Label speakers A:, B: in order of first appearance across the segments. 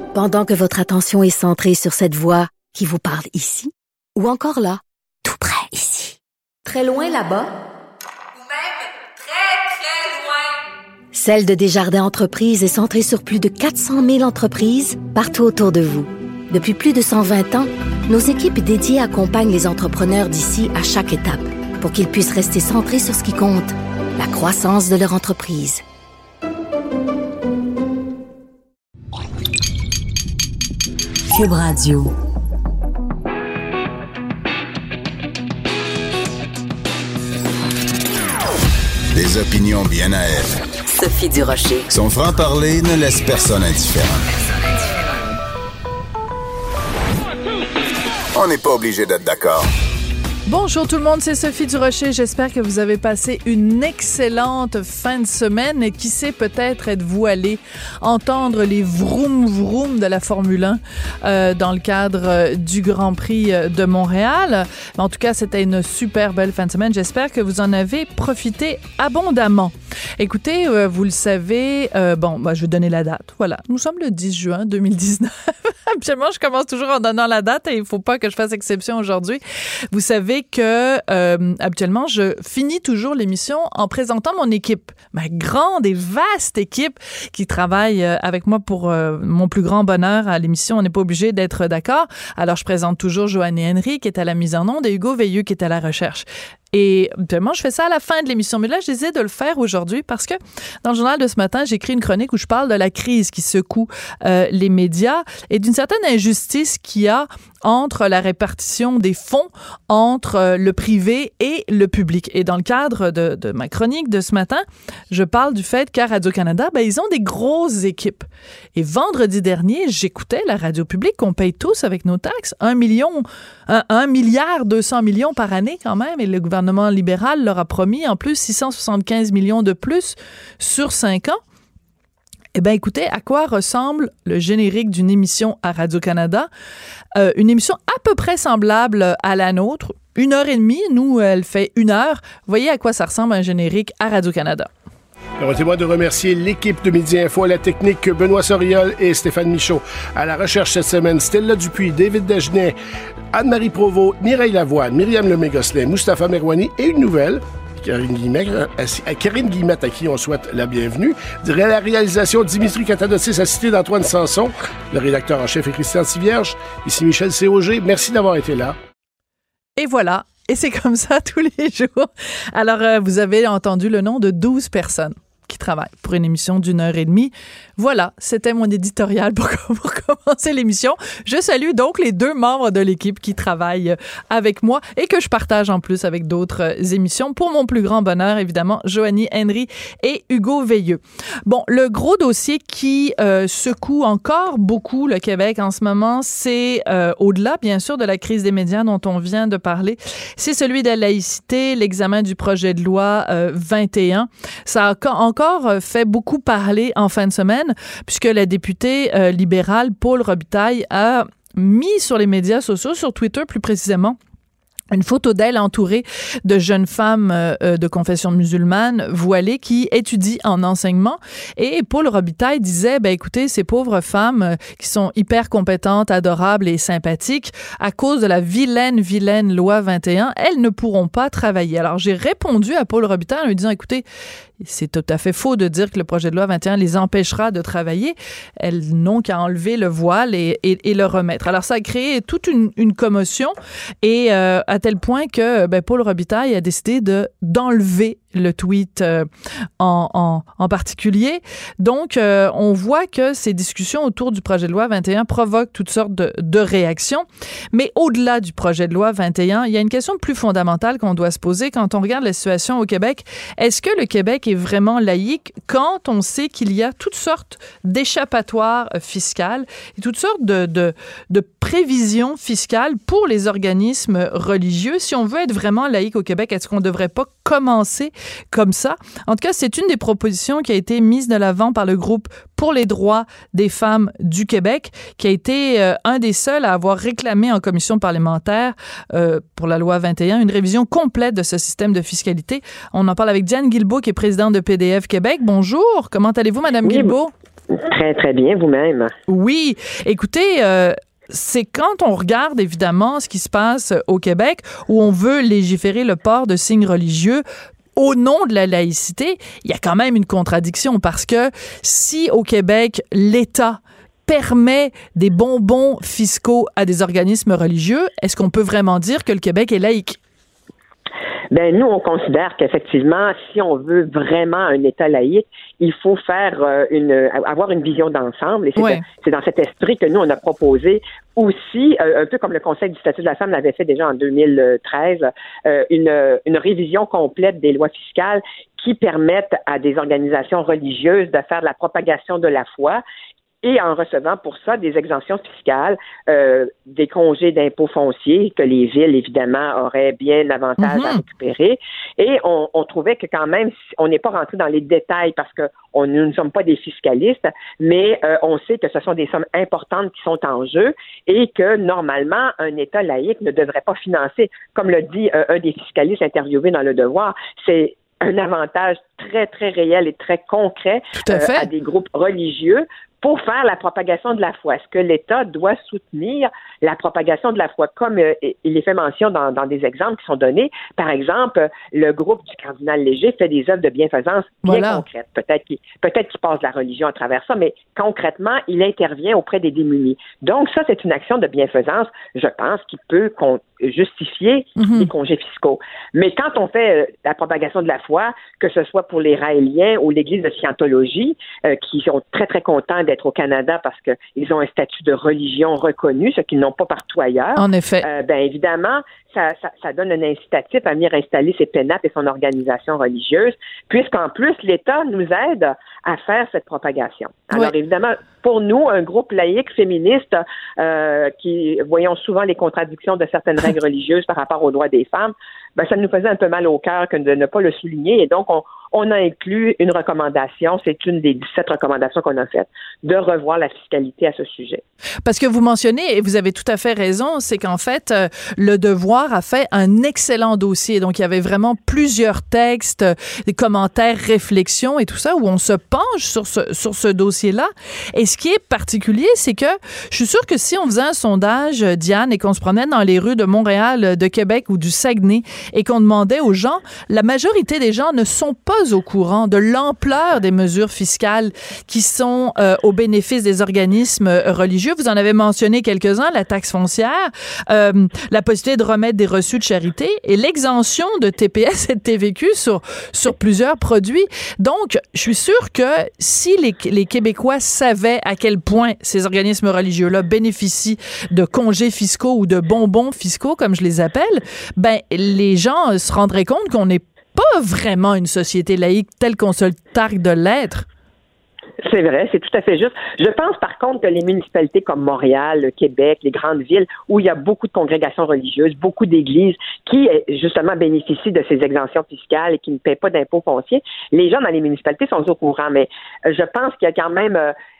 A: Pendant que votre attention est centrée sur cette voix qui vous parle ici, ou encore là, tout près ici, très loin là-bas,
B: ou même très, très loin.
A: Celle de Desjardins Entreprises est centrée sur plus de 400 000 entreprises partout autour de vous. Depuis plus de 120 ans, nos équipes dédiées accompagnent les entrepreneurs d'ici à chaque étape pour qu'ils puissent rester centrés sur ce qui compte, la croissance de leur entreprise.
C: Cube Radio.
D: Des opinions bien à elle.
C: Sophie Durocher.
D: Son franc-parler ne laisse personne indifférent. On n'est pas obligé d'être d'accord.
E: Bonjour tout le monde, c'est Sophie Durocher. J'espère que vous avez passé une excellente fin de semaine et qui sait, peut-être êtes-vous allé entendre les vroom-vroom de la Formule 1 dans le cadre du Grand Prix de Montréal. En tout cas, c'était une super belle fin de semaine. J'espère que vous en avez profité abondamment. Écoutez, vous le savez, je vais donner la date. Voilà, nous sommes le 10 juin 2019. Habituellement, je commence toujours en donnant la date et il ne faut pas que je fasse exception aujourd'hui. Vous savez que habituellement, je finis toujours l'émission en présentant mon équipe, ma grande et vaste équipe qui travaille avec moi pour mon plus grand bonheur à l'émission. On n'est pas obligé d'être d'accord. Alors, je présente toujours Joanie Henry qui est à la mise en onde et Hugo Veilleux qui est à la recherche. Et habituellement, je fais ça à la fin de l'émission. Mais là, j'ai décidé de le faire aujourd'hui parce que dans le journal de ce matin, j'ai écrit une chronique où je parle de la crise qui secoue les médias et d'une certaine injustice qu'il y a entre la répartition des fonds entre le privé et le public. Et dans le cadre de ma chronique de ce matin, je parle du fait qu'à Radio-Canada, ils ont des grosses équipes. Et vendredi dernier, j'écoutais la radio publique qu'on paye tous avec nos taxes, 1 milliard 200 millions par année quand même, et le gouvernement libéral leur a promis en plus 675 millions de plus sur 5 ans. Eh bien, écoutez, à quoi ressemble le générique d'une émission à Radio-Canada? Une émission à peu près semblable à la nôtre, 1h30. Nous, elle fait 1 heure. Voyez à quoi ça ressemble un générique à Radio-Canada.
F: Permettez-moi de remercier l'équipe de Midi Info, à la technique Benoît Soriol et Stéphane Michaud. À la recherche cette semaine, Stella Dupuis, David Dagenet, Anne-Marie Provost, Mireille Lavoie, Myriam Lemay-Gosselin, Mustapha Merwani et une nouvelle, Karine Guillemette, à qui on souhaite la bienvenue. De la réalisation, Dimitri Katadotis, assisté d'Antoine Sanson. Le rédacteur en chef est Christian Tivierge. Ici Michel C.O.G. Merci d'avoir été là.
E: Et voilà. Et c'est comme ça tous les jours. Alors, vous avez entendu le nom de 12 personnes qui travaillent pour une émission d'1h30. Voilà, c'était mon éditorial pour commencer l'émission. Je salue donc les 2 membres de l'équipe qui travaillent avec moi et que je partage en plus avec d'autres émissions. Pour mon plus grand bonheur, évidemment, Joanie Henry et Hugo Veilleux. Bon, le gros dossier qui secoue encore beaucoup le Québec en ce moment, c'est au-delà, bien sûr, de la crise des médias dont on vient de parler, c'est celui de la laïcité, l'examen du projet de loi 21. Ça a encore fait beaucoup parler en fin de semaine, puisque la députée libérale Paul Robitaille a mis sur les médias sociaux, sur Twitter plus précisément, une photo d'elle entourée de jeunes femmes de confession musulmane voilées qui étudient en enseignement. Et Paul Robitaille disait, écoutez, ces pauvres femmes qui sont hyper compétentes, adorables et sympathiques, à cause de la vilaine loi 21, elles ne pourront pas travailler. Alors, j'ai répondu à Paul Robitaille en lui disant, écoutez, c'est tout à fait faux de dire que le projet de loi 21 les empêchera de travailler. Elles n'ont qu'à enlever le voile et le remettre. Alors, ça a créé toute une commotion et à tel point que Paul Robitaille a décidé d'enlever le tweet en particulier. Donc, on voit que ces discussions autour du projet de loi 21 provoquent toutes sortes de réactions. Mais au-delà du projet de loi 21, il y a une question plus fondamentale qu'on doit se poser quand on regarde la situation au Québec. Est-ce que le Québec est vraiment laïque quand on sait qu'il y a toutes sortes d'échappatoires fiscales et toutes sortes de prévisions fiscales pour les organismes religieux? Si on veut être vraiment laïque au Québec, est-ce qu'on ne devrait pas commencer comme ça? En tout cas, c'est une des propositions qui a été mise de l'avant par le groupe pour les droits des femmes du Québec, qui a été un des seuls à avoir réclamé en commission parlementaire pour la loi 21 une révision complète de ce système de fiscalité. On en parle avec Diane Guilbeault, qui est présidente de PDF Québec. Bonjour, comment allez-vous, Madame Guilbeault?
G: Très, très bien, vous-même.
E: Oui. Écoutez, c'est quand on regarde, évidemment, ce qui se passe au Québec, où on veut légiférer le port de signes religieux au nom de la laïcité, il y a quand même une contradiction, parce que si au Québec, l'État permet des bonbons fiscaux à des organismes religieux, est-ce qu'on peut vraiment dire que le Québec est laïque?
G: Ben nous, on considère qu'effectivement, si on veut vraiment un État laïque, il faut faire avoir une vision d'ensemble. Et c'est dans cet esprit que nous, on a proposé aussi, un peu comme le Conseil du statut de la femme l'avait fait déjà en 2013, une révision complète des lois fiscales qui permettent à des organisations religieuses de faire de la propagation de la foi, et en recevant pour ça des exemptions fiscales, des congés d'impôts fonciers que les villes, évidemment, auraient bien avantage à récupérer. Et on trouvait que quand même, on n'est pas rentré dans les détails parce que nous ne sommes pas des fiscalistes, mais on sait que ce sont des sommes importantes qui sont en jeu et que, normalement, un État laïque ne devrait pas financer, comme le dit un des fiscalistes interviewés dans Le Devoir, c'est un avantage très, très réel et très concret à des groupes religieux pour faire la propagation de la foi. Est-ce que l'État doit soutenir la propagation de la foi, comme il est fait mention dans des exemples qui sont donnés? Par exemple, le groupe du cardinal Léger fait des œuvres de bienfaisance bien concrètes. Peut-être qu'il passe de la religion à travers ça, mais concrètement, il intervient auprès des démunis. Donc ça, c'est une action de bienfaisance, je pense, qui peut justifier les congés fiscaux. Mais quand on fait la propagation de la foi, que ce soit pour les Raéliens ou l'Église de Scientologie, qui sont très, très contents d'être au Canada parce qu'ils ont un statut de religion reconnu, ce qu'ils n'ont pas partout ailleurs.
E: En effet.
G: Ben évidemment, ça donne un incitatif à venir installer ses pénates et son organisation religieuse, puisqu'en plus, l'État nous aide à faire cette propagation. Alors évidemment, pour nous, un groupe laïque féministe qui voyons souvent les contradictions de certaines règles religieuses par rapport aux droits des femmes, ben ça nous faisait un peu mal au cœur que de ne pas le souligner. Et donc, on a inclus une recommandation, c'est une des 17 recommandations qu'on a faites, de revoir la fiscalité à ce sujet.
E: Parce que vous mentionnez, et vous avez tout à fait raison, c'est qu'en fait, Le Devoir a fait un excellent dossier. Donc, il y avait vraiment plusieurs textes, des commentaires, réflexions et tout ça, où on se penche sur ce dossier-là. Et ce qui est particulier, c'est que je suis sûre que si on faisait un sondage, Diane, et qu'on se promenait dans les rues de Montréal, de Québec ou du Saguenay, et qu'on demandait aux gens, la majorité des gens ne sont pas au courant de l'ampleur des mesures fiscales qui sont au bénéfice des organismes religieux. Vous en avez mentionné quelques-uns, la taxe foncière, la possibilité de remettre des reçus de charité et l'exemption de TPS et de TVQ sur plusieurs produits. Donc, je suis sûre que si les Québécois savaient à quel point ces organismes religieux-là bénéficient de congés fiscaux ou de bonbons fiscaux, comme je les appelle, ben les gens se rendraient compte qu'on n'est pas vraiment une société laïque telle qu'on se targue de l'être.
G: C'est vrai, c'est tout à fait juste. Je pense par contre que les municipalités comme Montréal, le Québec, les grandes villes où il y a beaucoup de congrégations religieuses, beaucoup d'églises qui justement bénéficient de ces exemptions fiscales et qui ne paient pas d'impôts fonciers, les gens dans les municipalités sont au courant, mais je pense qu'il y a quand même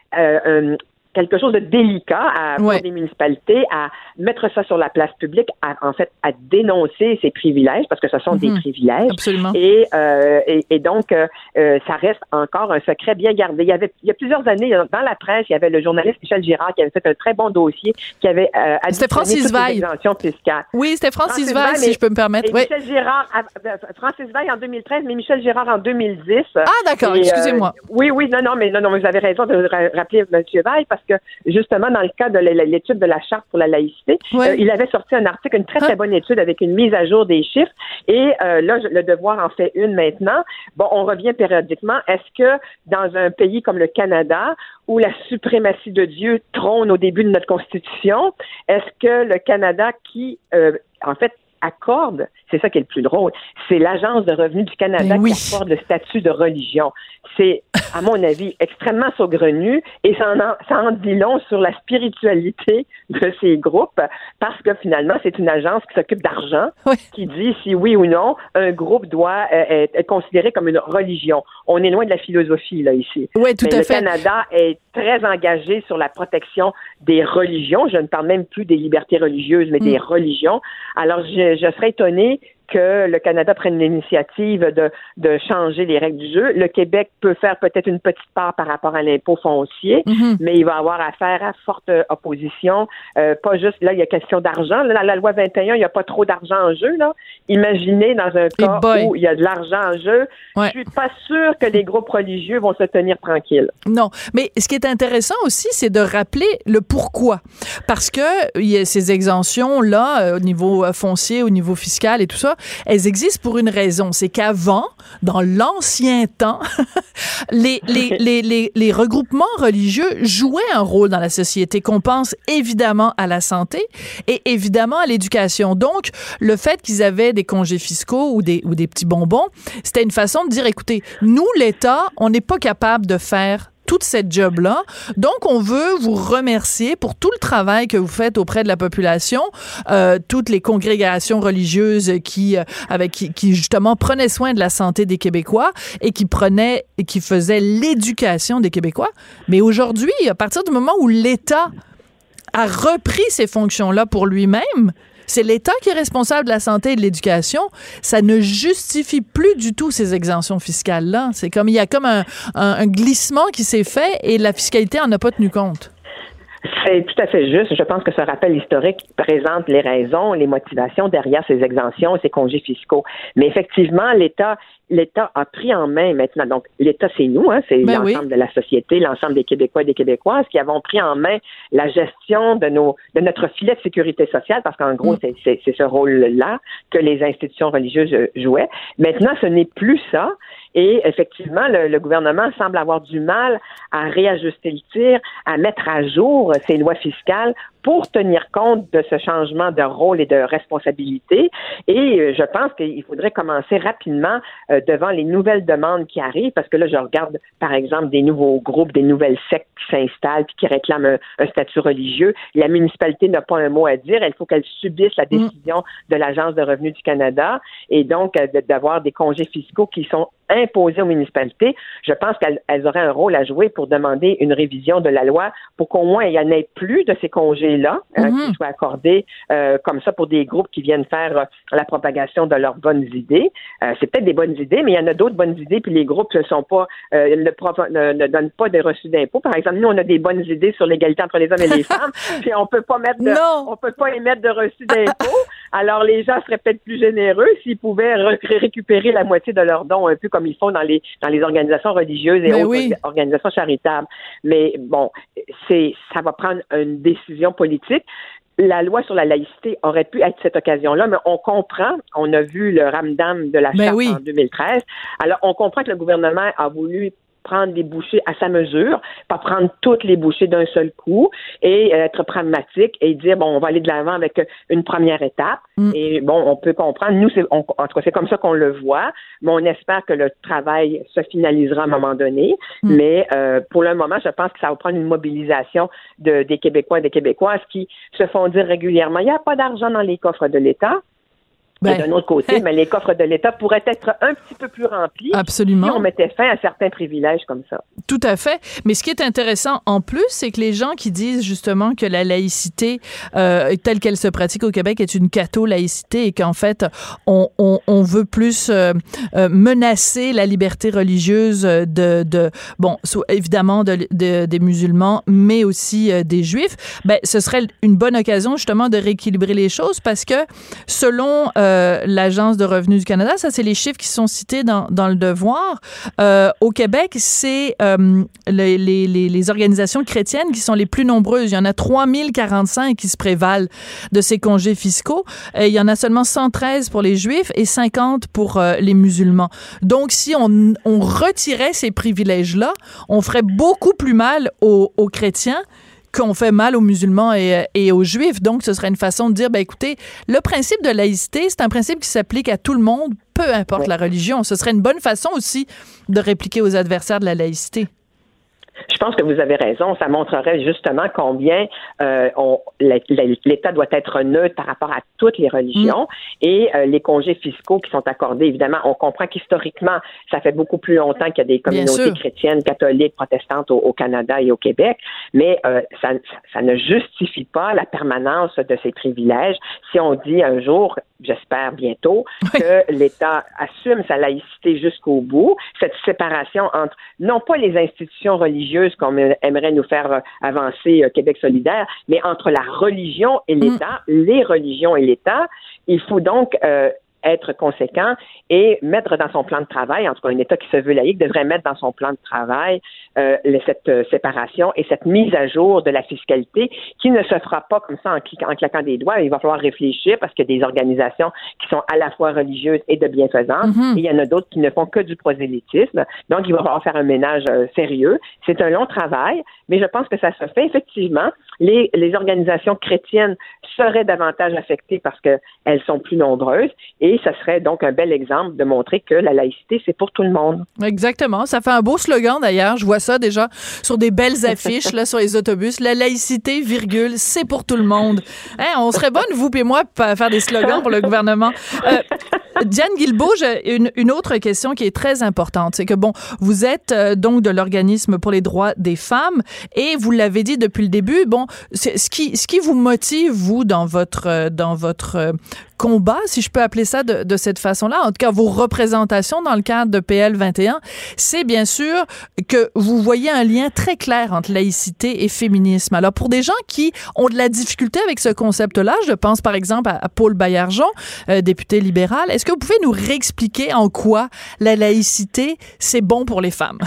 G: quelque chose de délicat pour des municipalités à mettre ça sur la place publique, à dénoncer ces privilèges, parce que ce sont des privilèges.
E: Absolument.
G: Et donc, ça reste encore un secret bien gardé. Il y a plusieurs années, dans la presse, il y avait le journaliste Michel Girard qui avait fait un très bon dossier, qui avait additionné toutes les exemptions fiscales.
E: Oui, c'était Francis Veil, si je peux me permettre. Oui.
G: Michel Girard, Francis Veil en 2013, mais Michel Girard en 2010.
E: Ah, d'accord, excusez-moi.
G: Oui, non, mais vous avez raison de rappeler M. Veil, parce que justement, dans le cas de l'étude de la Charte pour la laïcité, il avait sorti un article, une très, très bonne étude avec une mise à jour des chiffres. Et là, Le Devoir en fait une maintenant. Bon, on revient périodiquement. Est-ce que dans un pays comme le Canada, où la suprématie de Dieu trône au début de notre Constitution, est-ce que le Canada qui, accorde, c'est ça qui est le plus drôle, c'est l'Agence de revenus du Canada qui accorde le statut de religion. C'est, à mon avis, extrêmement saugrenu et ça en dit long sur la spiritualité de ces groupes parce que finalement, c'est une agence qui s'occupe d'argent, qui dit si oui ou non, un groupe doit être considéré comme une religion. On est loin de la philosophie, là, ici.
E: Oui, tout à fait.
G: Le Canada est très engagé sur la protection des religions. Je ne parle même plus des libertés religieuses, mais des religions. Alors, je serais étonnée que le Canada prenne l'initiative de changer les règles du jeu. Le Québec peut faire peut-être une petite part par rapport à l'impôt foncier, mais il va avoir affaire à forte opposition. Pas juste, là, il y a question d'argent. Là, dans la loi 21, il n'y a pas trop d'argent en jeu, là. Imaginez dans un cas où il y a de l'argent en jeu, je suis pas sûre que les groupes religieux vont se tenir tranquilles.
E: Non, mais ce qui est intéressant aussi, c'est de rappeler le pourquoi. Parce que il y a ces exemptions-là, au niveau foncier, au niveau fiscal et tout ça, elles existent pour une raison. C'est qu'avant, dans l'ancien temps, les regroupements religieux jouaient un rôle dans la société, qu'on pense évidemment à la santé et évidemment à l'éducation. Donc, le fait qu'ils avaient des congés fiscaux ou des petits bonbons, c'était une façon de dire, écoutez, nous, l'État, on n'est pas capable de faire toute cette job-là. Donc, on veut vous remercier pour tout le travail que vous faites auprès de la population, toutes les congrégations religieuses qui justement prenaient soin de la santé des Québécois et qui faisaient l'éducation des Québécois. Mais aujourd'hui, à partir du moment où l'État a repris ces fonctions-là pour lui-même, c'est l'État qui est responsable de la santé et de l'éducation. Ça ne justifie plus du tout ces exemptions fiscales-là. C'est comme, il y a comme un glissement qui s'est fait et la fiscalité en a pas tenu compte.
G: C'est tout à fait juste. Je pense que ce rappel historique présente les raisons, les motivations derrière ces exemptions et ces congés fiscaux. Mais effectivement, l'État a pris en main maintenant. Donc, l'État, c'est nous, c'est l'ensemble de la société, l'ensemble des Québécois et des Québécoises qui avons pris en main la gestion de notre filet de sécurité sociale, parce qu'en gros, c'est ce rôle-là que les institutions religieuses jouaient. Maintenant, ce n'est plus ça. Et effectivement, le gouvernement semble avoir du mal à réajuster le tir, à mettre à jour ses lois fiscales pour tenir compte de ce changement de rôle et de responsabilité. Et je pense qu'il faudrait commencer rapidement devant les nouvelles demandes qui arrivent, parce que là, je regarde, par exemple, des nouveaux groupes, des nouvelles sectes qui s'installent puis qui réclament un statut religieux. La municipalité n'a pas un mot à dire. Il faut qu'elle subisse la décision de l'Agence de revenus du Canada et donc d'avoir des congés fiscaux qui sont imposés aux municipalités. Je pense qu'elles auraient un rôle à jouer pour demander une révision de la loi pour qu'au moins il n'y en ait plus de ces congés-là qui soient accordés comme ça pour des groupes qui viennent faire la propagation de leurs bonnes idées. C'est peut-être des bonnes idées, mais il y en a d'autres bonnes idées, puis les groupes ne donnent pas de reçus d'impôts. Par exemple, nous, on a des bonnes idées sur l'égalité entre les hommes et les femmes, puis on peut pas émettre de reçus d'impôts. Alors, les gens seraient peut-être plus généreux s'ils pouvaient récupérer la moitié de leurs dons, un peu comme ils font dans les organisations religieuses et autres organisations charitables. Mais bon, ça va prendre une décision politique. La loi sur la laïcité aurait pu être cette occasion-là, mais on comprend, on a vu le ramdam de la Charte en 2013, alors on comprend que le gouvernement a voulu prendre des bouchées à sa mesure, pas prendre toutes les bouchées d'un seul coup et être pragmatique et dire, bon, on va aller de l'avant avec une première étape. Et bon, on peut comprendre. Nous, en tout cas, c'est comme ça qu'on le voit, mais on espère que le travail se finalisera à un moment donné. Mais pour le moment, je pense que ça va prendre une mobilisation des Québécois et des Québécoises qui se font dire régulièrement, il n'y a pas d'argent dans les coffres de l'État. Et d'un autre côté, mais les coffres de l'État pourraient être un petit peu plus remplis si on mettait fin à certains privilèges comme ça.
E: Tout à fait. Mais ce qui est intéressant en plus, c'est que les gens qui disent justement que la laïcité telle qu'elle se pratique au Québec est une catho-laïcité et qu'en fait, on veut plus menacer la liberté religieuse évidemment des musulmans, mais aussi des juifs, ce serait une bonne occasion justement de rééquilibrer les choses parce que selon l'Agence de revenus du Canada, ça c'est les chiffres qui sont cités dans le Devoir. Au Québec, c'est les organisations chrétiennes qui sont les plus nombreuses. Il y en a 3045 qui se prévalent de ces congés fiscaux. Il y en a seulement 113 pour les Juifs et 50 pour les musulmans. Donc, si on retirait ces privilèges-là, on ferait beaucoup plus mal aux chrétiens qu'on fait mal aux musulmans et aux juifs. Donc, ce serait une façon de dire, écoutez, le principe de laïcité, c'est un principe qui s'applique à tout le monde, peu importe la religion. Ce serait une bonne façon aussi de répliquer aux adversaires de la laïcité.
G: Je pense que vous avez raison. Ça montrerait justement combien l'État doit être neutre par rapport à toutes les religions et les congés fiscaux qui sont accordés. Évidemment, on comprend qu'historiquement, ça fait beaucoup plus longtemps qu'il y a des communautés chrétiennes, catholiques, protestantes au Canada et au Québec, mais ça ne justifie pas la permanence de ces privilèges. Si on dit un jour, j'espère bientôt, que l'État assume sa laïcité jusqu'au bout, cette séparation entre, non pas les institutions religieuses qu'on aimerait nous faire avancer Québec solidaire, mais entre la religion et l'État, les religions et l'État, il faut donc être conséquent et mettre dans son plan de travail, en tout cas un État qui se veut laïque devrait mettre dans son plan de travail cette séparation et cette mise à jour de la fiscalité qui ne se fera pas comme ça en claquant des doigts. Il va falloir réfléchir parce qu'il y a des organisations qui sont à la fois religieuses et de bienfaisance et il y en a d'autres qui ne font que du prosélytisme. Donc, il va falloir faire un ménage sérieux. C'est un long travail, mais je pense que ça se fait effectivement. Les organisations chrétiennes seraient davantage affectées parce qu'elles sont plus nombreuses et ça serait donc un bel exemple de montrer que la laïcité, c'est pour tout le monde. Exactement. Ça fait un beau slogan d'ailleurs. Je vois ça déjà sur des belles affiches là, sur les autobus. La laïcité, virgule, c'est pour tout le monde. Hein, on serait bonne, vous et moi, à faire des slogans pour le gouvernement. Diane Guilbeault, j'ai une autre question qui est très importante. C'est que, bon, vous êtes donc de l'Organisme pour les droits des femmes et vous l'avez dit depuis le début, bon, ce qui vous motive, vous, dans votre combat, si je peux appeler ça de cette façon-là, en tout cas vos représentations dans le cadre de PL 21, c'est bien sûr que vous voyez un lien très clair entre laïcité et féminisme. Alors pour des gens qui ont de la difficulté avec ce concept-là, je pense par exemple à Paul Baillargeon, député libéral, est-ce que vous pouvez nous réexpliquer en quoi la laïcité, c'est bon pour les femmes?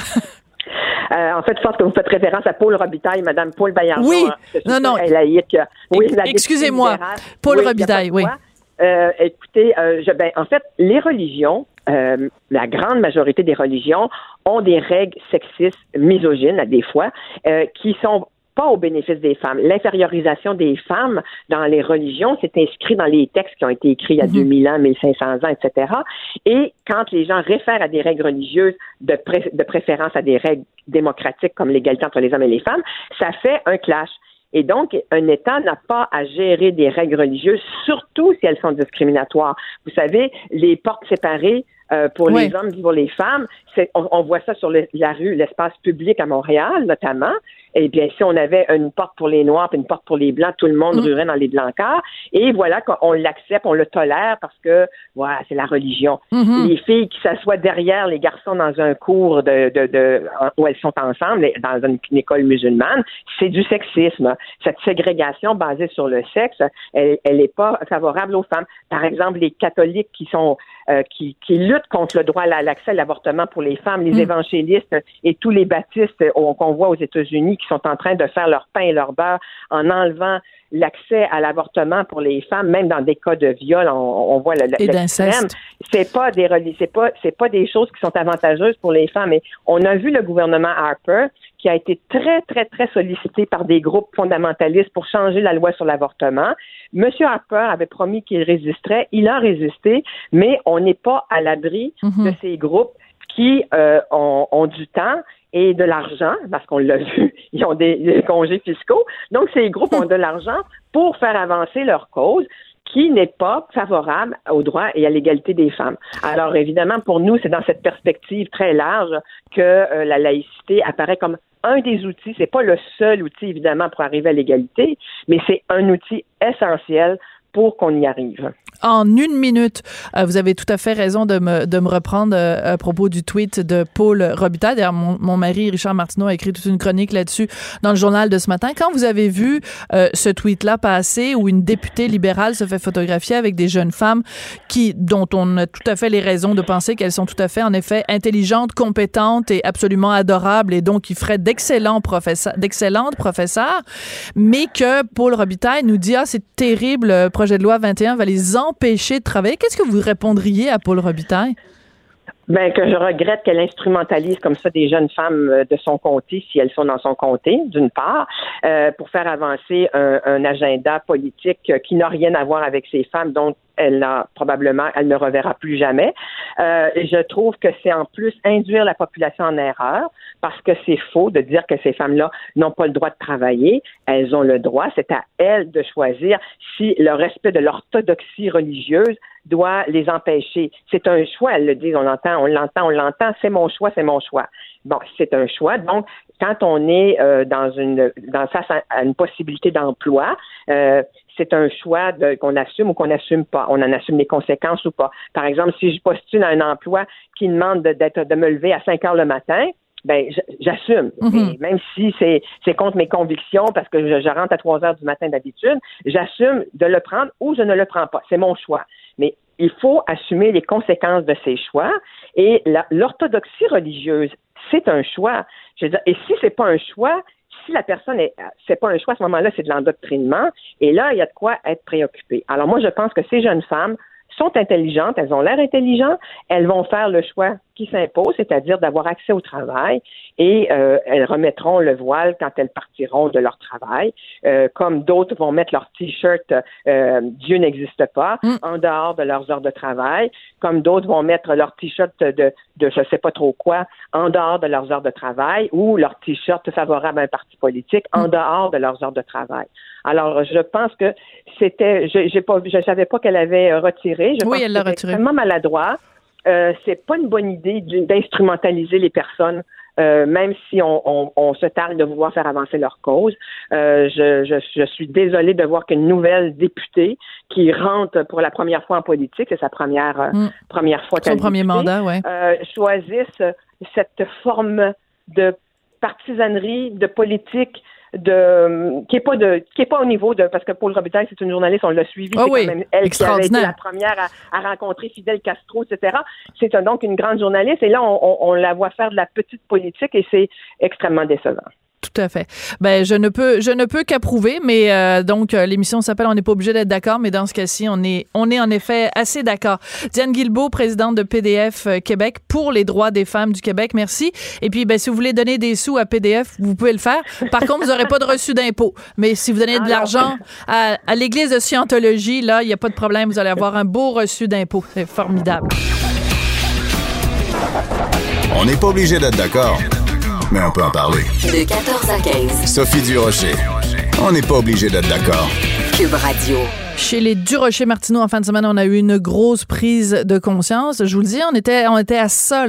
G: En fait, je pense que vous faites référence à Paul Robitaille, Madame Paul Baillargeon. Oui, non. Laïque. Oui, excusez-moi, Paul Robitaille, oui. Écoutez, en fait, les religions, la grande majorité des religions ont des règles sexistes, misogynes, à des fois, qui sont pas au bénéfice des femmes. L'infériorisation des femmes dans les religions, c'est inscrit dans les textes qui ont été écrits il y a 2000 ans, 1500 ans, etc. Et quand les gens réfèrent à des règles religieuses de préférence à des règles démocratiques comme l'égalité entre les hommes et les femmes, ça fait un clash. Et donc, un État n'a pas à gérer des règles religieuses, surtout si elles sont discriminatoires. Vous savez, les portes séparées pour les hommes et pour les femmes, on voit ça sur la rue, l'espace public à Montréal, notamment. Eh bien, si on avait une porte pour les Noirs et une porte pour les Blancs, tout le monde ruerait dans les Blancards. Et voilà qu'on l'accepte, on le tolère parce que, voilà, c'est la religion. Les filles qui s'assoient derrière les garçons dans un cours où elles sont ensemble, dans une école musulmane, c'est du sexisme. Cette ségrégation basée sur le sexe, elle est pas favorable aux femmes. Par exemple, les catholiques qui sont qui luttent contre le droit à l'accès à l'avortement pour les femmes, les évangélistes et tous les baptistes qu'on voit aux États-Unis qui sont en train de faire leur pain et leur beurre en enlevant l'accès à l'avortement pour les femmes, même dans des cas de viol, on voit l'extrême. C'est pas des choses qui sont avantageuses pour les femmes. Et on a vu le gouvernement Harper qui a été très, très, très sollicité par des groupes fondamentalistes pour changer la loi sur l'avortement. Monsieur Harper avait promis qu'il résisterait. Il a résisté, mais on n'est pas à l'abri de ces groupes qui ont du temps et de l'argent, parce qu'on l'a vu, ils ont des congés fiscaux. Donc, ces groupes ont de l'argent pour faire avancer leur cause qui n'est pas favorable aux droits et à l'égalité des femmes. Alors, évidemment, pour nous, c'est dans cette perspective très large que la laïcité apparaît comme un des outils. C'est pas le seul outil, évidemment, pour arriver à l'égalité, mais c'est un outil essentiel pour qu'on y arrive. En 1 minute, vous avez tout à fait raison de me reprendre à propos du tweet de Paul Robitaille. D'ailleurs, mon mari, Richard Martineau, a écrit toute une chronique là-dessus dans le journal de ce matin. Quand vous avez vu ce tweet-là passer où une députée libérale se fait photographier avec des jeunes femmes dont on a tout à fait les raisons de penser qu'elles sont tout à fait, en effet, intelligentes, compétentes et absolument adorables et donc qui feraient d'excellentes professeurs, mais que Paul Robitaille nous dit « Ah, c'est terrible, le projet de loi 21 va les empêcher de travailler ». Qu'est-ce que vous répondriez à Paul Robitaille? Ben, que je regrette qu'elle instrumentalise comme ça des jeunes femmes de son comté, si elles sont dans son comté, d'une part, pour faire avancer un agenda politique qui n'a rien à voir avec ces femmes, donc elle ne reverra plus jamais. Et je trouve que c'est en plus induire la population en erreur, parce que c'est faux de dire que ces femmes-là n'ont pas le droit de travailler. Elles ont le droit. C'est à elles de choisir si le respect de l'orthodoxie religieuse doit les empêcher. C'est un choix, elles le disent, on l'entend, c'est mon choix. Bon, c'est un choix. Donc, quand on est face à une possibilité d'emploi, c'est un choix qu'on assume ou qu'on n'assume pas. On en assume les conséquences ou pas. Par exemple, si je postule à un emploi qui demande de me lever à 5 heures le matin, ben j'assume. Et même si c'est contre mes convictions, parce que je rentre à 3 heures du matin d'habitude, j'assume de le prendre ou je ne le prends pas. C'est mon choix. Mais il faut assumer les conséquences de ces choix. Et l'orthodoxie religieuse, c'est un choix. Je veux dire, et si c'est pas un choix, si la personne c'est pas un choix, à ce moment-là, c'est de l'endoctrinement. Et là, il y a de quoi être préoccupé. Alors moi, je pense que ces jeunes femmes sont intelligentes, elles ont l'air intelligentes, elles vont faire le choix qui s'impose, c'est-à-dire d'avoir accès au travail, et elles remettront le voile quand elles partiront de leur travail, comme d'autres vont mettre leur T-shirt Dieu n'existe pas en dehors de leurs heures de travail, comme d'autres vont mettre leur T-shirt de je sais pas trop quoi en dehors de leurs heures de travail, ou leur T-shirt favorable à un parti politique en dehors de leurs heures de travail. Alors, je pense que je savais pas qu'elle avait retiré. Je pense
E: elle l'a retiré.
G: Extrêmement maladroit. C'est pas une bonne idée d'instrumentaliser les personnes, même si on se targue de vouloir faire avancer leur cause. Je suis désolée de voir qu'une nouvelle députée qui rentre pour la première fois en politique, c'est sa première fois qu'elle
E: son premier mandat,
G: choisisse cette forme de partisanerie, de politique qui est pas au niveau de, parce que Paul Robitaille, c'est une journaliste, on l'a suivi, c'est quand même elle qui avait été la première à rencontrer Fidel Castro, etc. C'est donc une grande journaliste, et là on la voit faire de la petite politique, et c'est extrêmement décevant.
E: Tout à fait. Ben, je ne peux qu'approuver, mais donc l'émission s'appelle On n'est pas obligé d'être d'accord, mais dans ce cas-ci, on est en effet assez d'accord. Diane Guilbeault, présidente de PDF Québec pour les droits des femmes du Québec, merci. Et puis, ben, si vous voulez donner des sous à PDF, vous pouvez le faire. Par contre, vous n'aurez pas de reçu d'impôt. Mais si vous donnez de l'argent à l'Église de Scientologie, là, il n'y a pas de problème, vous allez avoir un beau reçu d'impôt. C'est formidable.
D: On n'est pas obligé d'être d'accord, mais on peut en parler.
C: De 14 à 15.
D: Sophie Durocher. On n'est pas obligé d'être d'accord.
C: Cube Radio.
E: Chez les Durocher-Martineau, en fin de semaine, on a eu une grosse prise de conscience. Je vous le dis, on était à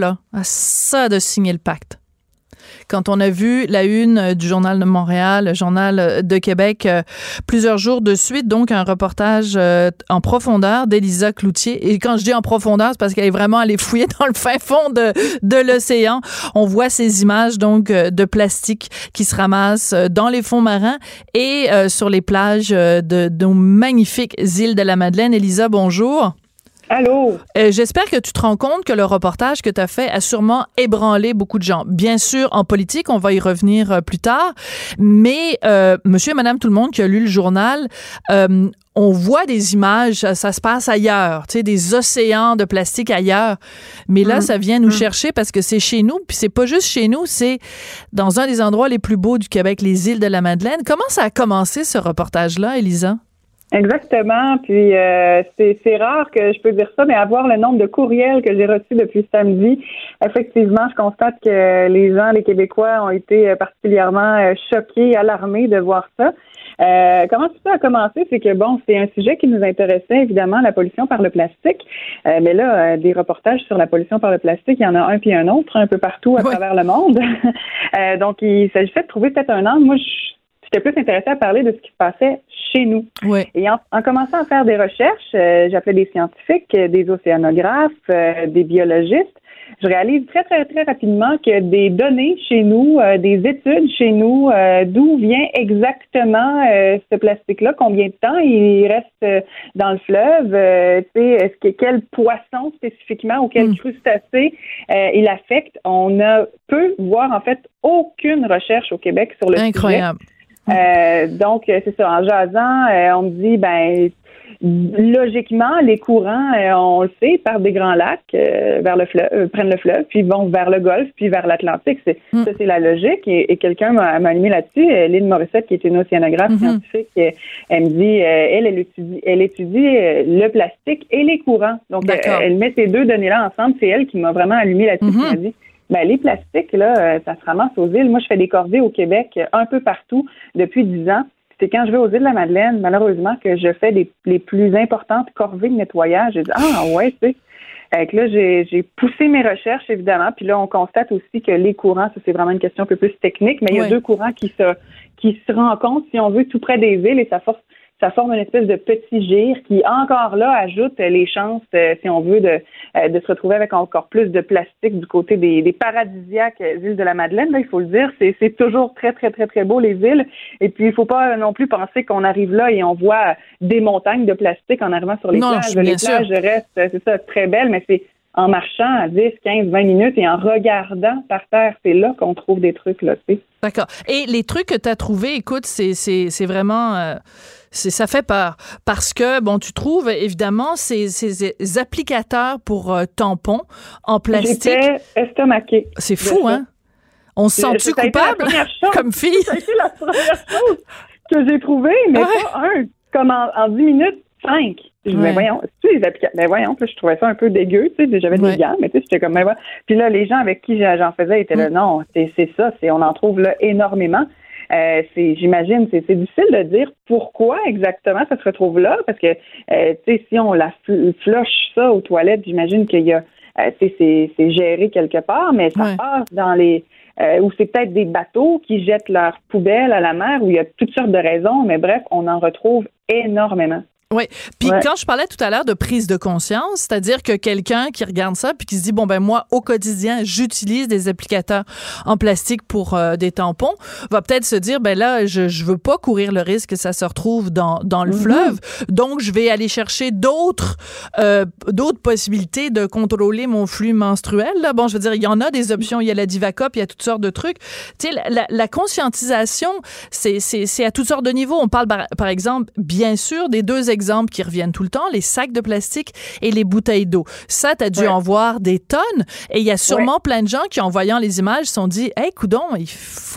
E: ça de signer le pacte. Quand on a vu la une du Journal de Montréal, le Journal de Québec, plusieurs jours de suite, donc un reportage en profondeur d'Élisa Cloutier. Et quand je dis en profondeur, c'est parce qu'elle est vraiment allée fouiller dans le fin fond de l'océan. On voit ces images donc de plastique qui se ramassent dans les fonds marins et sur les plages de nos magnifiques îles de la Madeleine. Élisa, bonjour.
H: Allô?
E: J'espère que tu te rends compte que le reportage que tu as fait a sûrement ébranlé beaucoup de gens. Bien sûr, en politique, on va y revenir plus tard, mais monsieur et madame tout le monde qui a lu le journal, on voit des images, ça se passe ailleurs, tu sais, des océans de plastique ailleurs. Mais là, ça vient nous chercher parce que c'est chez nous, puis c'est pas juste chez nous, c'est dans un des endroits les plus beaux du Québec, les îles de la Madeleine. Comment ça a commencé, ce reportage-là, Élisa?
H: Exactement. Puis c'est rare que je peux dire ça, mais avoir le nombre de courriels que j'ai reçus depuis samedi, effectivement, je constate que les gens, les Québécois, ont été particulièrement choqués, alarmés de voir ça. Comment tout ça a commencé? C'est que, bon, c'est un sujet qui nous intéressait, évidemment, la pollution par le plastique. Mais là, des reportages sur la pollution par le plastique, il y en a un puis un autre, un peu partout à travers le monde. Donc, il s'agissait de trouver peut-être un angle. Moi, j'étais plus intéressée à parler de ce qui se passait chez nous.
E: Oui.
H: Et en commençant à faire des recherches, j'appelais des scientifiques, des océanographes, des biologistes. Je réalise très, très, très rapidement que des données chez nous, des études chez nous, d'où vient exactement ce plastique-là, combien de temps il reste dans le fleuve, quel poisson spécifiquement ou quel crustacé il affecte. On ne peut voir en fait aucune recherche au Québec sur le sujet.
E: Incroyable.
H: Donc, c'est ça, en jasant, on me dit, logiquement, les courants, on le sait, partent des Grands Lacs vers le fleuve, prennent le fleuve, puis vont vers le Golfe, puis vers l'Atlantique. Ça, c'est la logique. Et quelqu'un m'a animé là-dessus, Lynn Morissette, qui est une océanographe scientifique, elle me dit, elle étudie le plastique et les courants. Donc, elle met ces deux données-là ensemble. C'est elle qui m'a vraiment allumé là-dessus. Elle m'a dit, les plastiques, là, ça se ramasse aux îles. Moi, je fais des corvées au Québec un peu partout depuis 10 ans. C'est quand je vais aux îles de la Madeleine, malheureusement, que je fais les plus importantes corvées de nettoyage. J'ai dit, ouais, tu sais. Là, j'ai poussé mes recherches, évidemment. Puis là, on constate aussi que les courants, ça, c'est vraiment une question un peu plus technique, mais il y a deux courants qui se rencontrent, si on veut, tout près des îles et ça forme une espèce de petit gire qui, encore là, ajoute les chances, si on veut, de se retrouver avec encore plus de plastique du côté des paradisiaques îles de la Madeleine. Là, il faut le dire, c'est toujours très, très, très, très beau, les îles. Et puis, il faut pas non plus penser qu'on arrive là et on voit des montagnes de plastique en arrivant sur les plages. Les plages restent, c'est ça, très belles, mais c'est en marchant à 10, 15, 20 minutes et en regardant par terre, c'est là qu'on trouve des trucs, là, tu sais.
E: D'accord. Et les trucs que tu as trouvés, écoute, c'est vraiment... ça fait peur. Parce que, bon, tu trouves, évidemment, ces applicateurs pour tampons en plastique.
H: J'étais estomaquée.
E: C'est fou, hein? On se sent-tu coupable comme fille?
H: Ça a été la première chose que j'ai trouvée, mais pas comme en 10 minutes, 5. Je dis, mais voyons, c'est-tu les applicateurs? Mais voyons, je trouvais ça un peu dégueu, tu sais, j'avais des gants, mais tu sais, j'étais comme, mais voilà. Puis là, les gens avec qui j'en faisais étaient là, non, c'est ça, on en trouve là énormément. J'imagine, c'est difficile de dire pourquoi exactement ça se retrouve là, parce que, tu sais, si on la flush ça aux toilettes, j'imagine qu'il y a, c'est géré quelque part, mais ça passe dans les, ou c'est peut-être des bateaux qui jettent leurs poubelles à la mer, où il y a toutes sortes de raisons, mais bref, on en retrouve énormément.
E: Oui. Puis quand je parlais tout à l'heure de prise de conscience, c'est-à-dire que quelqu'un qui regarde ça puis qui se dit, bon, ben moi, au quotidien, j'utilise des applicateurs en plastique pour des tampons, va peut-être se dire, ben là, je veux pas courir le risque que ça se retrouve dans le fleuve, donc je vais aller chercher d'autres possibilités de contrôler mon flux menstruel. Là. Bon, je veux dire, il y en a des options, il y a la Divacop, il y a toutes sortes de trucs. Tu sais, la conscientisation, c'est à toutes sortes de niveaux. On parle, par exemple, bien sûr, des deux exemples qui reviennent tout le temps, les sacs de plastique et les bouteilles d'eau. Ça, t'as dû en voir des tonnes et il y a sûrement plein de gens qui, en voyant les images, se sont dit, hey, coudonc, il faut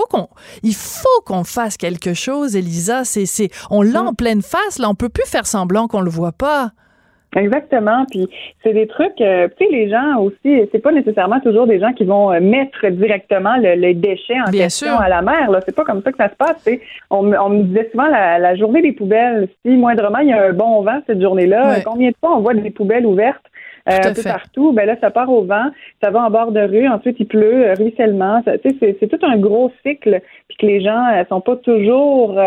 E: qu'on fasse quelque chose, Elisa. On l'a en pleine face, là, on peut plus faire semblant qu'on le voit pas.
H: Exactement, puis c'est des trucs, tu sais, les gens aussi, c'est pas nécessairement toujours des gens qui vont mettre directement les déchets en question à la mer, là, c'est pas comme ça que ça se passe, tu sais. On me disait souvent la journée des poubelles, si moindrement il y a un bon vent cette journée-là, combien de fois on voit des poubelles ouvertes un peu partout, ben là, ça part au vent, ça va en bord de rue, ensuite il pleut, ruissellement, tu sais, c'est tout un gros cycle, puis que les gens sont pas toujours,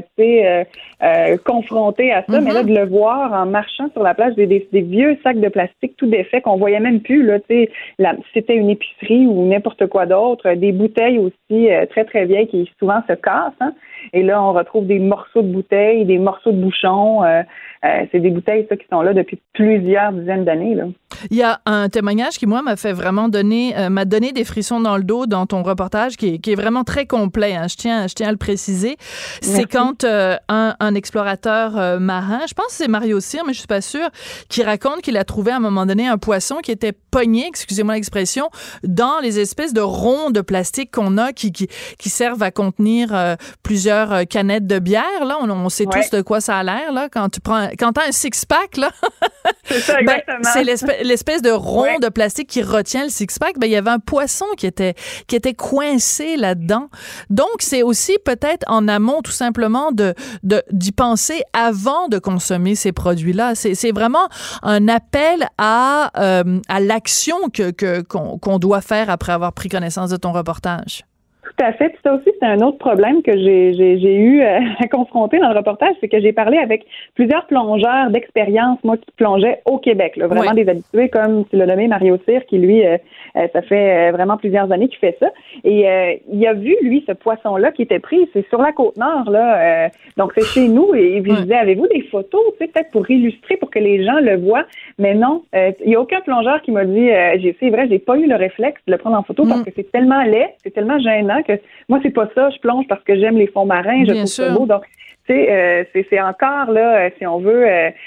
H: confrontés à ça, mais là, de le voir en marchant sur la plage, des vieux sacs de plastique tout défaits qu'on voyait même plus, là, tu sais, c'était une épicerie ou n'importe quoi d'autre, des bouteilles aussi très, très vieilles qui souvent se cassent, hein, et là, on retrouve des morceaux de bouteilles, des morceaux de bouchons, c'est des bouteilles, ça, qui sont là depuis plusieurs dizaines d'années, là.
E: Il y a un témoignage qui, moi, m'a donné des frissons dans le dos dans ton reportage qui est vraiment très complet, hein. Je tiens à le préciser. Merci. C'est quand un explorateur marin, je pense que c'est Mario Cyr, mais je suis pas sûre, qui raconte qu'il a trouvé à un moment donné un poisson qui était pogné, excusez-moi l'expression, dans les espèces de ronds de plastique qu'on a qui servent à contenir plusieurs canettes de bière. Là, on sait tous de quoi ça a l'air, là, quand t'as un six-pack, là.
H: C'est ça, exactement.
E: C'est l'espèce de rond de plastique qui retient le six-pack. Ben, il y avait un poisson qui était coincé là-dedans. Donc, c'est aussi peut-être en amont, tout simplement, d'y penser avant de consommer ces produits-là. C'est vraiment un appel à l'action qu'on doit faire après avoir pris connaissance de ton reportage.
H: Tout à fait. Puis ça aussi, c'est un autre problème que j'ai eu à confronter dans le reportage, c'est que j'ai parlé avec plusieurs plongeurs d'expérience, moi, qui plongeaient au Québec, là, vraiment des habitués, comme tu l'as nommé Mario Cyr, qui lui, ça fait vraiment plusieurs années qu'il fait ça. Et il a vu, lui, ce poisson-là qui était pris, c'est sur la Côte-Nord, là, donc c'est chez nous, et je disais, avez-vous des photos, tu sais, peut-être pour illustrer, pour que les gens le voient? Mais non, il n'y a aucun plongeur qui m'a dit, c'est vrai, j'ai pas eu le réflexe de le prendre en photo parce que c'est tellement laid, c'est tellement gênant que moi, c'est pas ça. Je plonge parce que j'aime les fonds marins, je trouve ça beau. Donc, C'est encore là, si on veut,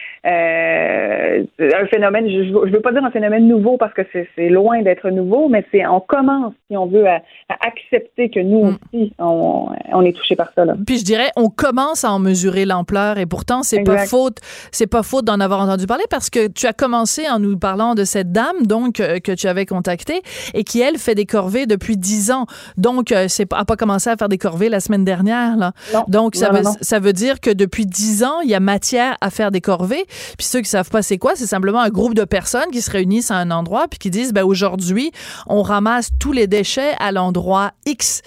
H: un phénomène. Je veux pas dire un phénomène nouveau parce que c'est loin d'être nouveau, mais on commence, si on veut, à accepter que nous aussi on est touché par ça là.
E: Puis je dirais, on commence à en mesurer l'ampleur et pourtant c'est pas faute d'en avoir entendu parler parce que tu as commencé en nous parlant de cette dame donc que tu avais contactée et qui elle fait des corvées depuis 10 ans. Donc a pas commencé à faire des corvées la semaine dernière là.
H: Non,
E: donc ça veut dire que depuis 10 ans, il y a matière à faire des corvées. Puis ceux qui savent pas c'est quoi, c'est simplement un groupe de personnes qui se réunissent à un endroit puis qui disent aujourd'hui, on ramasse tous les déchets à l'endroit X.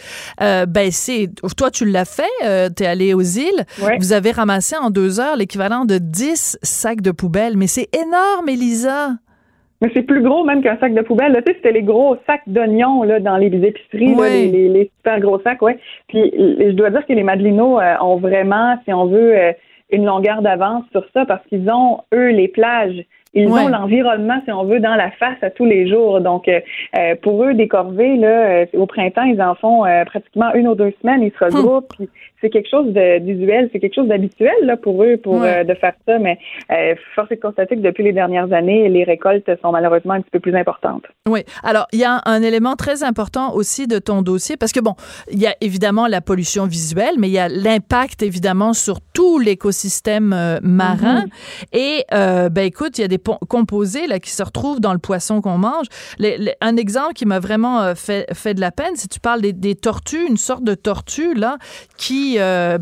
E: Toi tu l'as fait, t'es allé aux îles, vous avez ramassé en 2 heures l'équivalent de 10 sacs de poubelle, mais c'est énorme, Élisa.
H: Mais c'est plus gros même qu'un sac de poubelle. Là, tu sais, c'était les gros sacs d'oignons là dans les épiceries, là, les super gros sacs, Puis je dois dire que les Madelinos ont vraiment, si on veut, une longueur d'avance sur ça parce qu'ils ont, eux, les plages. Ils ont l'environnement, si on veut, dans la face à tous les jours. Donc, pour eux, des corvées, là, au printemps, ils en font pratiquement 1 ou 2 semaines. Ils se regroupent. Puis c'est quelque chose d'usuel, c'est quelque chose d'habituel là pour eux, de faire ça. Mais force est de constater que depuis les dernières années, les récoltes sont malheureusement un petit peu plus importantes.
E: Oui. Alors, il y a un élément très important aussi de ton dossier parce que il y a évidemment la pollution visuelle, mais il y a l'impact évidemment sur tout l'écosystème marin. Et écoute, il y a des composés là qui se retrouvent dans le poisson qu'on mange. Un exemple qui m'a vraiment fait de la peine, c'est tu parles des tortues, une sorte de tortue là qui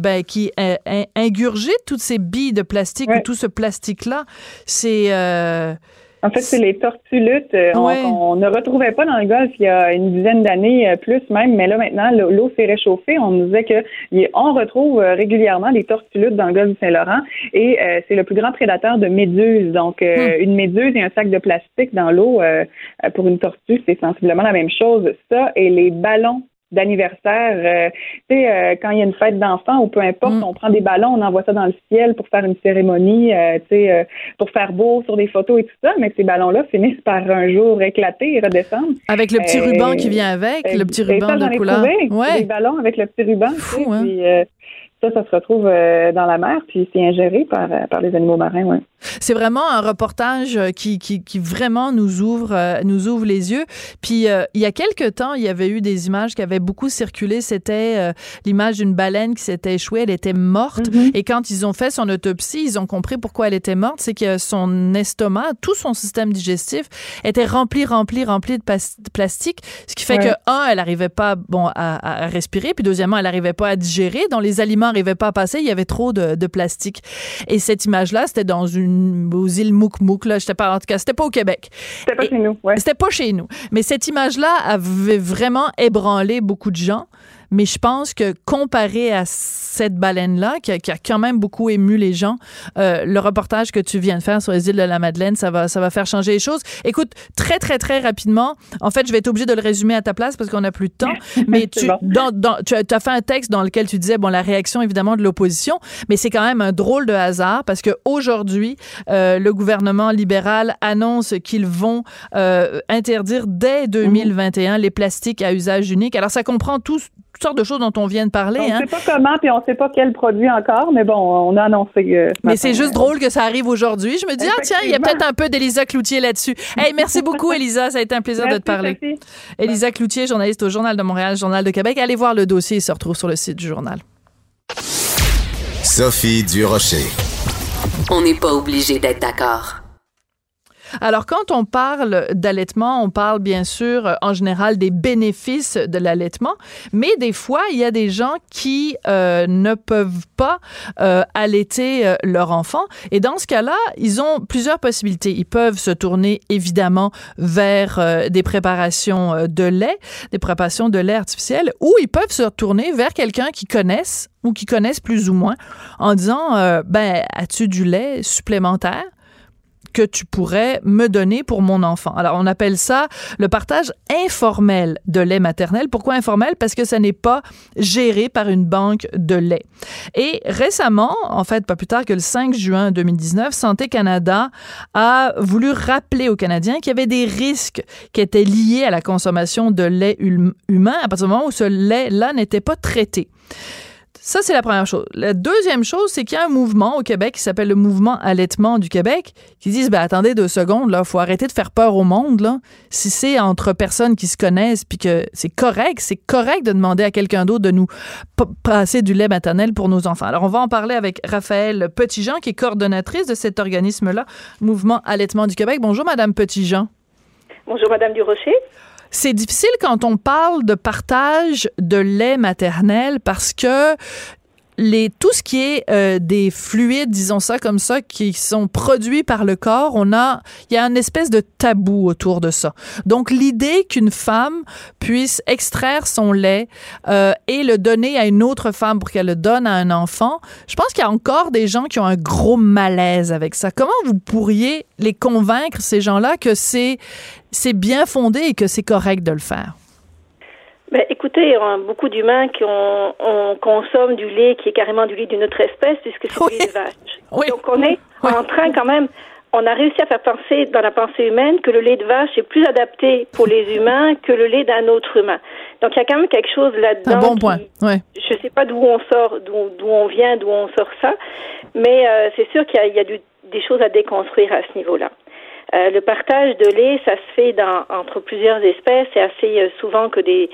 E: ingurgite toutes ces billes de plastique ou tout ce plastique là. C'est
H: en fait, c'est les tortulutes on ne retrouvait pas dans le Golfe il y a une dizaine d'années, plus même, mais là maintenant, l'eau s'est réchauffée. On nous disait qu'on retrouve régulièrement des tortulutes dans le Golfe du Saint-Laurent et c'est le plus grand prédateur de méduses. Donc, une méduse et un sac de plastique dans l'eau, pour une tortue, c'est sensiblement la même chose. Ça et les ballons d'anniversaire, quand il y a une fête d'enfants ou peu importe, on prend des ballons, on envoie ça dans le ciel pour faire une cérémonie, pour faire beau sur des photos et tout ça, mais ces ballons-là finissent par un jour éclater et redescendre.
E: Avec le petit ruban qui vient avec, le petit ruban de couleur.
H: Des ballons avec le petit ruban.
E: Fou,
H: puis, ça se retrouve dans la mer, puis c'est ingéré par les animaux marins,
E: C'est vraiment un reportage qui vraiment nous ouvre les yeux. Puis il y a quelque temps, il y avait eu des images qui avaient beaucoup circulé. C'était l'image d'une baleine qui s'était échouée. Elle était morte. Et quand ils ont fait son autopsie, ils ont compris pourquoi elle était morte. C'est que son estomac, tout son système digestif était rempli de plastique. Ce qui fait que, elle n'arrivait pas à respirer. Puis deuxièmement, elle n'arrivait pas à digérer. Donc les aliments n'arrivaient pas à passer. Il y avait trop de plastique. Et cette image-là, c'était aux îles Mouk-Mouk, là. En tout cas, c'était pas au Québec.
H: C'était pas chez nous,
E: C'était pas chez nous. Mais cette image-là avait vraiment ébranlé beaucoup de gens. Mais je pense que comparé à cette baleine-là, qui a quand même beaucoup ému les gens, le reportage que tu viens de faire sur les îles de la Madeleine, ça va faire changer les choses. Écoute, très, très, très rapidement, en fait, je vais être obligée de le résumer à ta place parce qu'on n'a plus de temps, mais tu as fait un texte dans lequel tu disais, la réaction, évidemment, de l'opposition, mais c'est quand même un drôle de hasard parce qu'aujourd'hui, le gouvernement libéral annonce qu'ils vont interdire dès 2021 les plastiques à usage unique. Alors, ça comprend toutes sortes de choses dont on vient de parler.
H: On ne sait pas comment, puis on ne sait pas quel produit encore, mais on a annoncé.
E: Mais c'est juste drôle que ça arrive aujourd'hui. Je me dis, tiens, il y a peut-être un peu d'Élisa Cloutier là-dessus. Hey, merci beaucoup, Élisa. Ça a été un plaisir de te parler. Sophie. Élisa Cloutier, journaliste au Journal de Montréal, Journal de Québec. Allez voir le dossier, il se retrouve sur le site du journal.
C: Sophie Durocher. On n'est pas obligé d'être d'accord.
E: Alors, quand on parle d'allaitement, on parle bien sûr, en général, des bénéfices de l'allaitement, mais des fois, il y a des gens qui ne peuvent pas allaiter leur enfant. Et dans ce cas-là, ils ont plusieurs possibilités. Ils peuvent se tourner, évidemment, vers des préparations de lait, des préparations de lait artificiel, ou ils peuvent se tourner vers quelqu'un qu'ils connaissent ou qui connaissent plus ou moins, en disant, as-tu du lait supplémentaire que tu pourrais me donner pour mon enfant? Alors, on appelle ça le partage informel de lait maternel. Pourquoi informel? Parce que ça n'est pas géré par une banque de lait. Et récemment, en fait, pas plus tard que le 5 juin 2019, Santé Canada a voulu rappeler aux Canadiens qu'il y avait des risques qui étaient liés à la consommation de lait humain à partir du moment où ce lait-là n'était pas traité. Ça, c'est la première chose. La deuxième chose, c'est qu'il y a un mouvement au Québec qui s'appelle le mouvement Allaitement du Québec qui disent, attendez 2 secondes, là, faut arrêter de faire peur au monde, là. Si c'est entre personnes qui se connaissent puis que c'est correct de demander à quelqu'un d'autre de nous passer du lait maternel pour nos enfants. Alors, on va en parler avec Raphaëlle Petitjean, qui est coordonnatrice de cet organisme-là, Mouvement Allaitement du Québec. Bonjour, Madame Petitjean.
I: Bonjour, Madame Durocher.
E: C'est difficile quand on parle de partage de lait maternel parce que tout ce qui est des fluides, disons ça comme ça, qui sont produits par le corps, il y a une espèce de tabou autour de ça. Donc, l'idée qu'une femme puisse extraire son lait et le donner à une autre femme pour qu'elle le donne à un enfant, je pense qu'il y a encore des gens qui ont un gros malaise avec ça. Comment vous pourriez les convaincre, ces gens-là, que c'est bien fondé et que c'est correct de le faire?
I: Ben, écoutez, il y a beaucoup d'humains qui on consomme du lait qui est carrément du lait d'une autre espèce, puisque c'est du lait de vache. Oui. Donc, on est en train quand même, on a réussi à faire penser dans la pensée humaine que le lait de vache est plus adapté pour les humains que le lait d'un autre humain. Donc, il y a quand même quelque chose là-dedans.
E: Un bon point, oui.
I: Je sais pas d'où on sort, d'où on vient, d'où on sort ça, mais c'est sûr qu'il y a des choses à déconstruire à ce niveau-là. Le partage de lait, ça se fait entre plusieurs espèces. C'est assez souvent que des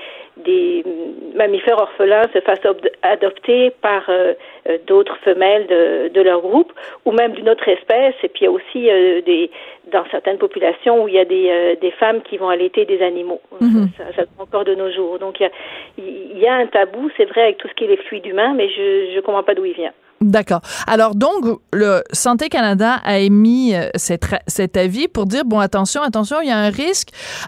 I: mammifères orphelins se fassent adopter par d'autres femelles de leur groupe ou même d'une autre espèce. Et puis il y a aussi dans certaines populations où il y a des femmes qui vont allaiter des animaux. Mm-hmm. Ça encore de nos jours. Donc il y a un tabou, c'est vrai, avec tout ce qui est les fluides humains, mais je comprends pas d'où il vient.
E: D'accord. Alors donc, le Santé Canada a émis cet avis pour dire, attention, il y a un risque.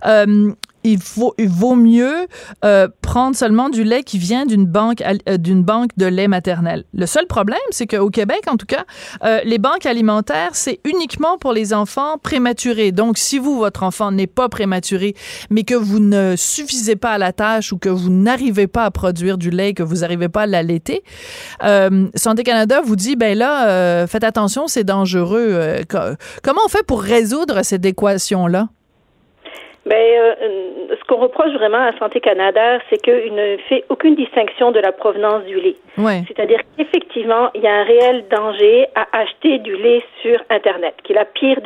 E: Il vaut mieux prendre seulement du lait qui vient d'une banque de lait maternel. Le seul problème, c'est qu'au Québec, en tout cas, les banques alimentaires, c'est uniquement pour les enfants prématurés. Donc, si votre enfant n'est pas prématuré, mais que vous ne suffisez pas à la tâche ou que vous n'arrivez pas à produire du lait, que vous n'arrivez pas à l'allaiter, Santé Canada vous dit, faites attention, c'est dangereux. Comment on fait pour résoudre cette équation-là?
I: Ce qu'on reproche vraiment à Santé Canada, c'est qu'il ne fait aucune distinction de la provenance du lait. Ouais. C'est-à-dire qu'effectivement, il y a un réel danger à acheter du lait sur Internet, qui est le pire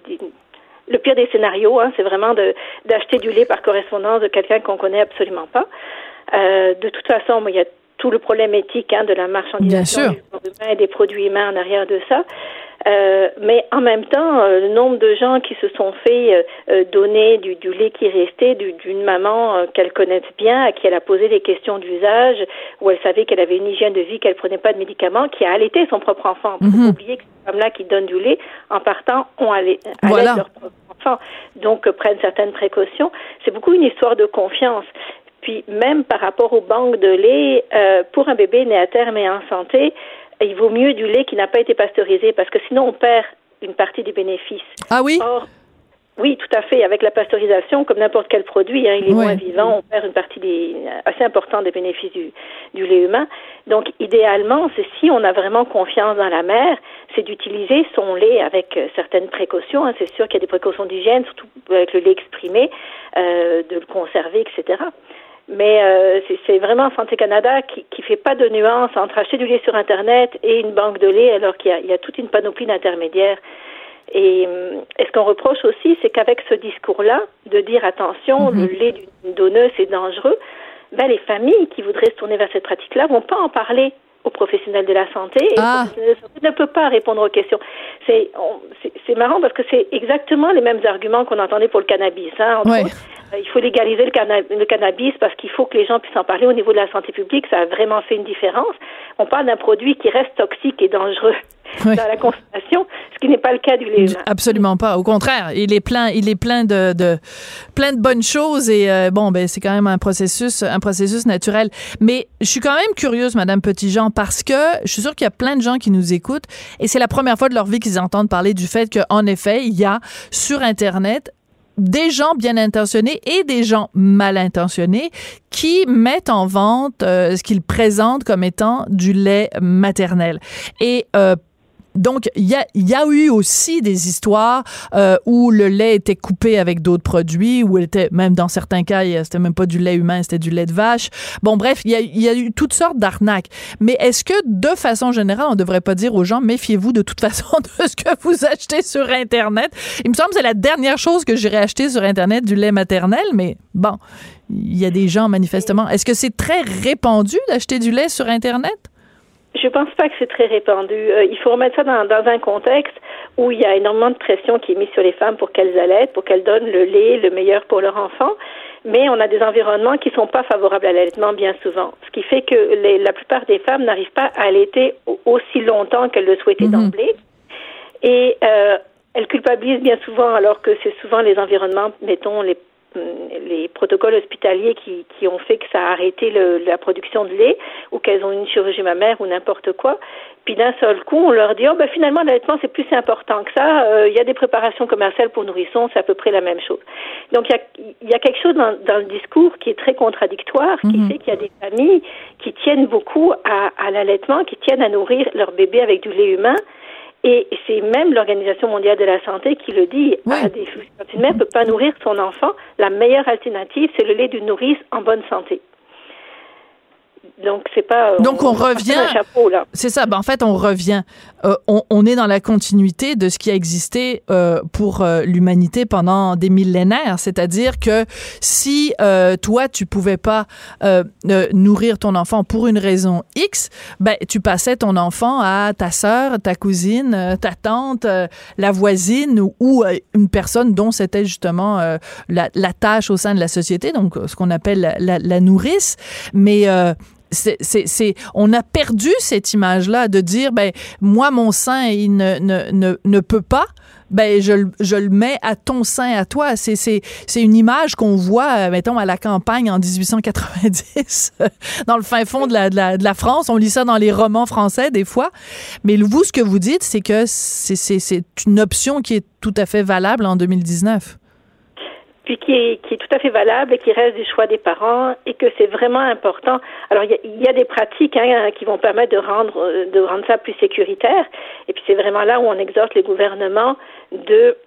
I: des scénarios. C'est vraiment d'acheter du lait par correspondance de quelqu'un qu'on connaît absolument pas. De toute façon, il y a tout le problème éthique de la marchandisation du corps humain et des produits humains en arrière de ça. Mais en même temps, le nombre de gens qui se sont fait donner du lait qui restait d'une maman qu'elle connaît bien, à qui elle a posé des questions d'usage, où elle savait qu'elle avait une hygiène de vie, qu'elle prenait pas de médicaments, qui a allaité son propre enfant. Il faut oublier que ces femmes-là qui donnent du lait, en partant, allaitent leur propre enfant, donc prennent certaines précautions. C'est beaucoup une histoire de confiance. Puis même par rapport aux banques de lait, pour un bébé né à terme et en santé, il vaut mieux du lait qui n'a pas été pasteurisé parce que sinon on perd une partie des bénéfices.
E: Ah oui?
I: Or, oui, tout à fait. Avec la pasteurisation, comme n'importe quel produit, il est moins vivant, on perd une partie assez importante des bénéfices du lait humain. Donc, idéalement, c'est si on a vraiment confiance dans la mère, c'est d'utiliser son lait avec certaines précautions. C'est sûr qu'il y a des précautions d'hygiène, surtout avec le lait exprimé, de le conserver, etc. Mais c'est vraiment Santé Canada qui fait pas de nuance entre acheter du lait sur Internet et une banque de lait, alors qu'il y a toute une panoplie d'intermédiaires. Et ce qu'on reproche aussi, c'est qu'avec ce discours-là, de dire attention, le lait d'une donneuse c'est dangereux, les familles qui voudraient se tourner vers cette pratique-là vont pas en parler aux professionnels de la santé et le professionnel de la santé ne peut pas répondre aux questions. C'est marrant parce que c'est exactement les mêmes arguments qu'on entendait pour le cannabis. Entre autres, il faut légaliser le cannabis parce qu'il faut que les gens puissent en parler au niveau de la santé publique. Ça a vraiment fait une différence. On parle d'un produit qui reste toxique et dangereux dans la consommation, ce qui n'est pas le cas du lait humain.
E: Absolument pas. Au contraire, il est plein de bonnes choses et c'est quand même un processus naturel. Mais je suis quand même curieuse, Madame Petitjean, parce que je suis sûre qu'il y a plein de gens qui nous écoutent et c'est la première fois de leur vie qu'ils entendent parler du fait qu'en effet, il y a sur Internet des gens bien intentionnés et des gens mal intentionnés qui mettent en vente ce qu'ils présentent comme étant du lait maternel. Et donc, il y a eu aussi des histoires où le lait était coupé avec d'autres produits, où il était, même dans certains cas, c'était même pas du lait humain, c'était du lait de vache. Bon, bref, il y a eu toutes sortes d'arnaques. Mais est-ce que, de façon générale, on devrait pas dire aux gens, méfiez-vous de toute façon de ce que vous achetez sur Internet? Il me semble que c'est la dernière chose que j'irais acheter sur Internet, du lait maternel, mais bon, il y a des gens, manifestement. Est-ce que c'est très répandu d'acheter du lait sur Internet?
I: Je pense pas que c'est très répandu. Il faut remettre ça dans un contexte où il y a énormément de pression qui est mise sur les femmes pour qu'elles allaitent, pour qu'elles donnent le lait le meilleur pour leur enfant. Mais on a des environnements qui sont pas favorables à l'allaitement bien souvent. Ce qui fait que la plupart des femmes n'arrivent pas à allaiter aussi longtemps qu'elles le souhaitaient d'emblée. Et elles culpabilisent bien souvent, alors que c'est souvent les environnements, mettons, les protocoles hospitaliers qui ont fait que ça a arrêté la production de lait, ou qu'elles ont une chirurgie mammaire ou n'importe quoi. Puis d'un seul coup, on leur dit finalement l'allaitement c'est plus important que ça. Il y a des préparations commerciales pour nourrissons, c'est à peu près la même chose. Donc il y a quelque chose dans le discours qui est très contradictoire, qui fait qu'il y a des familles qui tiennent beaucoup à l'allaitement, qui tiennent à nourrir leur bébé avec du lait humain. Et c'est même l'Organisation mondiale de la santé qui le dit. Quand une mère ne peut pas nourrir son enfant, la meilleure alternative, c'est le lait d'une nourrice en bonne santé. Donc, c'est pas...
E: Donc, on revient...
I: Un chapeau, là.
E: C'est ça. En fait, on revient. On est dans la continuité de ce qui a existé pour l'humanité pendant des millénaires. C'est-à-dire que si toi, tu pouvais pas nourrir ton enfant pour une raison X, tu passais ton enfant à ta sœur, ta cousine, ta tante, la voisine ou une personne dont c'était justement la tâche au sein de la société, donc ce qu'on appelle la nourrice. Mais on a perdu cette image-là de dire, moi, mon sein, il ne peut pas, je le mets à ton sein, à toi. C'est une image qu'on voit, mettons, à la campagne en 1890, dans le fin fond de la France. On lit ça dans les romans français, des fois. Mais vous, ce que vous dites, c'est que c'est une option qui est tout à fait valable en 2019.
I: Puis qui est tout à fait valable et qui reste du choix des parents, et que c'est vraiment important. Alors il y a des pratiques qui vont permettre de rendre ça plus sécuritaire, et puis c'est vraiment là où on exhorte les gouvernements de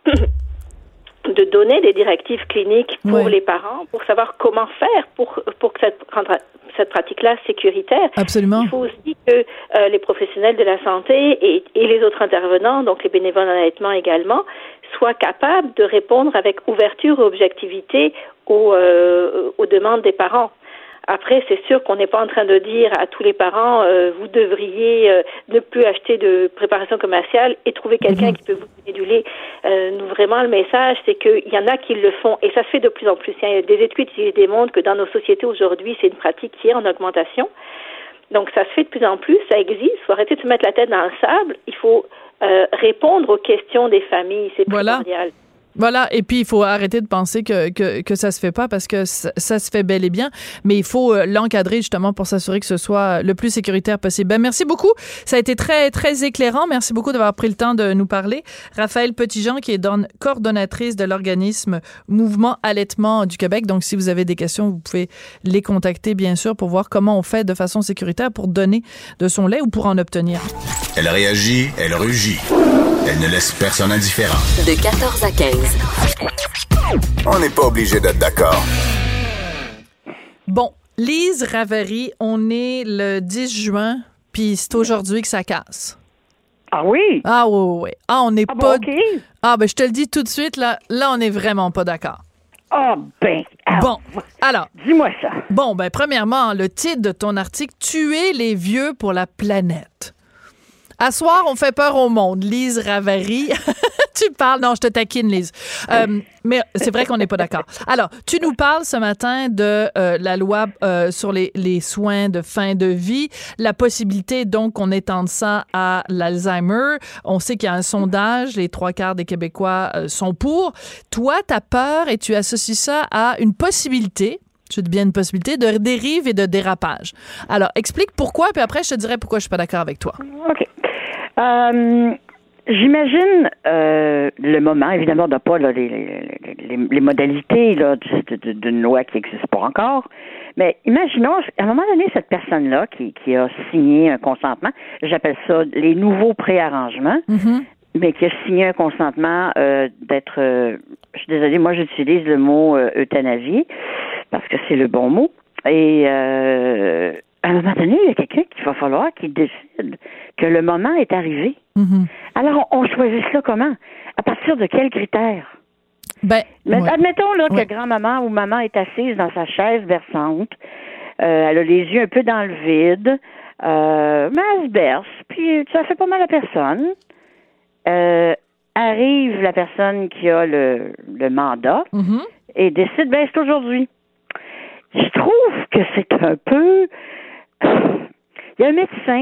I: donner des directives cliniques pour les parents, pour savoir comment faire pour que rendre cette pratique-là sécuritaire.
E: Absolument.
I: Il faut aussi que les professionnels de la santé et les autres intervenants, donc les bénévoles en allaitement également, soient capables de répondre avec ouverture et objectivité aux demandes des parents. Après, c'est sûr qu'on n'est pas en train de dire à tous les parents, vous devriez ne plus acheter de préparation commerciale et trouver quelqu'un qui peut vous donner du lait. Nous, vraiment, le message, c'est qu'il y en a qui le font, et ça se fait de plus en plus. Il y a des études qui démontrent que dans nos sociétés aujourd'hui, c'est une pratique qui est en augmentation. Donc, ça se fait de plus en plus, ça existe. Il faut arrêter de se mettre la tête dans le sable. Il faut répondre aux questions des familles, c'est primordial.
E: Voilà, et puis il faut arrêter de penser que ça se fait pas, parce que ça se fait bel et bien, mais il faut l'encadrer justement pour s'assurer que ce soit le plus sécuritaire possible. Merci beaucoup, ça a été très très éclairant. Merci beaucoup d'avoir pris le temps de nous parler. Raphaëlle Petitjean, qui est coordonnatrice de l'organisme Mouvement Allaitement du Québec. Donc si vous avez des questions, vous pouvez les contacter bien sûr pour voir comment on fait de façon sécuritaire pour donner de son lait ou pour en obtenir.
D: Elle réagit, elle rugit. Elle ne laisse personne indifférent.
C: De 14 à 15.
D: On n'est pas obligé d'être d'accord.
E: Bon, Lise Ravary, on est le 10 juin, puis c'est aujourd'hui que ça casse.
J: Ah oui?
E: Ah oui. Ah, on n'est pas...
J: Bon, OK.
E: Ah, je te le dis tout de suite, là on n'est vraiment pas d'accord.
J: Ah
E: Bon, alors...
J: Dis-moi ça.
E: Bon, premièrement, le titre de ton article, « Tuer les vieux pour la planète ». À soir, on fait peur au monde. Lise Ravary. Tu parles... Non, je te taquine, Lise. Mais c'est vrai qu'on n'est pas d'accord. Alors, tu nous parles ce matin de la loi sur les soins de fin de vie, la possibilité, donc, qu'on étende ça à l'Alzheimer. On sait qu'il y a un sondage, les 3/4 des Québécois sont pour. Toi, t'as peur et tu associes ça à une possibilité, je dis bien une possibilité, de dérive et de dérapage. Alors, explique pourquoi, puis après, je te dirai pourquoi je suis pas d'accord avec toi.
J: OK. j'imagine le moment, évidemment, on n'a pas là, les modalités là, d'une loi qui n'existe pas encore, mais imaginons, à un moment donné, cette personne-là qui a signé un consentement, j'appelle ça les nouveaux préarrangements, mais qui a signé un consentement d'être, je suis désolée, moi j'utilise le mot euthanasie, parce que c'est le bon mot, et à un moment donné, il y a quelqu'un qu'il va falloir qu'il décide que le moment est arrivé. Alors, on choisit ça comment? À partir de quels critères? Admettons là, que grand-maman ou maman est assise dans sa chaise berçante, elle a les yeux un peu dans le vide, mais elle se berce, puis ça fait pas mal à personne. Arrive la personne qui a le mandat et décide, c'est aujourd'hui. Je trouve que c'est un peu... Il y a un médecin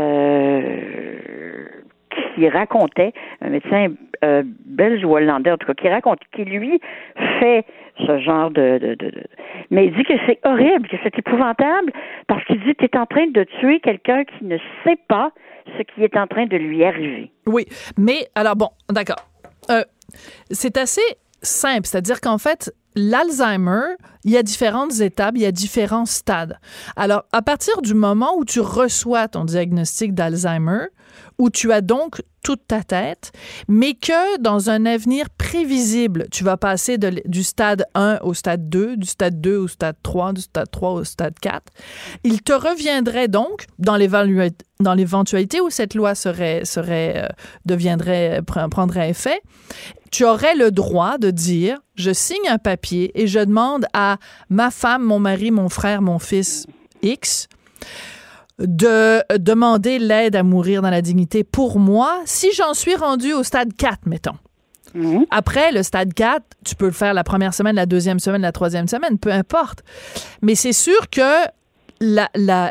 J: qui racontait, un médecin belge ou hollandais, en tout cas, qui lui fait ce genre de... Mais il dit que c'est horrible, que c'est épouvantable, parce qu'il dit que tu es en train de tuer quelqu'un qui ne sait pas ce qui est en train de lui arriver.
E: Oui, mais alors bon, d'accord. C'est assez simple, c'est-à-dire qu'en fait, l'Alzheimer, il y a différentes étapes, il y a différents stades. Alors, à partir du moment où tu reçois ton diagnostic d'Alzheimer, où tu as donc toute ta tête, mais que dans un avenir prévisible, tu vas passer du stade 1 au stade 2, du stade 2 au stade 3, du stade 3 au stade 4, il te reviendrait donc, dans l'éventualité où cette loi prendrait effet, tu aurais le droit de dire, je signe un papier et je demande à ma femme, mon mari, mon frère, mon fils X de demander l'aide à mourir dans la dignité pour moi si j'en suis rendu au stade 4, mettons. Après, le stade 4, tu peux le faire la première semaine, la deuxième semaine, la troisième semaine, peu importe. Mais c'est sûr que la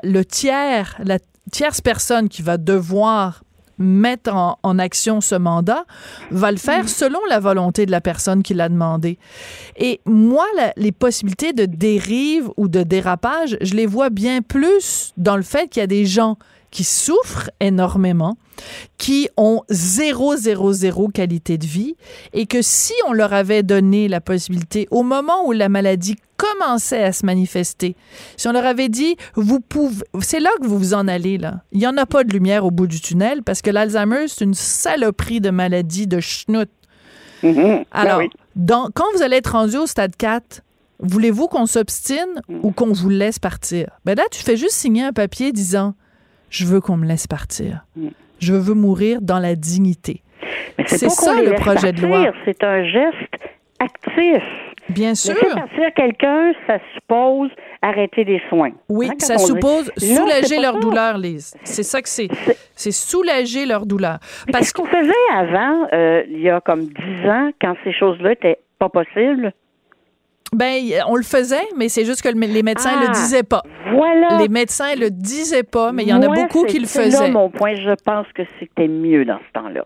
E: tierce personne qui va devoir mettre en action ce mandat va le faire selon la volonté de la personne qui l'a demandé. Et moi, les possibilités de dérive ou de dérapage, je les vois bien plus dans le fait qu'il y a des gens qui souffrent énormément, qui ont 0 qualité de vie, et que si on leur avait donné la possibilité, au moment où la maladie commençait à se manifester, si on leur avait dit, c'est là que vous vous en allez, là. Il n'y en a pas de lumière au bout du tunnel, parce que l'Alzheimer, c'est une saloperie de maladie de schnout. Alors, quand vous allez être rendu au stade 4, voulez-vous qu'on s'obstine ou qu'on vous laisse partir? Ben là, tu fais juste signer un papier disant, je veux qu'on me laisse partir. Je veux mourir dans la dignité. C'est ça le projet de loi.
J: C'est un geste actif.
E: Bien sûr.
J: Laisser partir quelqu'un, ça suppose arrêter les soins.
E: Oui, ça suppose soulager leur douleur, Lise. C'est ça que c'est. C'est soulager leur douleur.
J: Parce qu'on faisait avant, il y a comme 10 ans, quand ces choses-là n'étaient pas possibles.
E: Ben, on le faisait, mais c'est juste que les médecins le disaient pas.
J: Voilà.
E: Les médecins le disaient pas, mais il y en a beaucoup qui le faisaient.
J: C'est là mon point. Je pense que c'était mieux dans ce temps-là.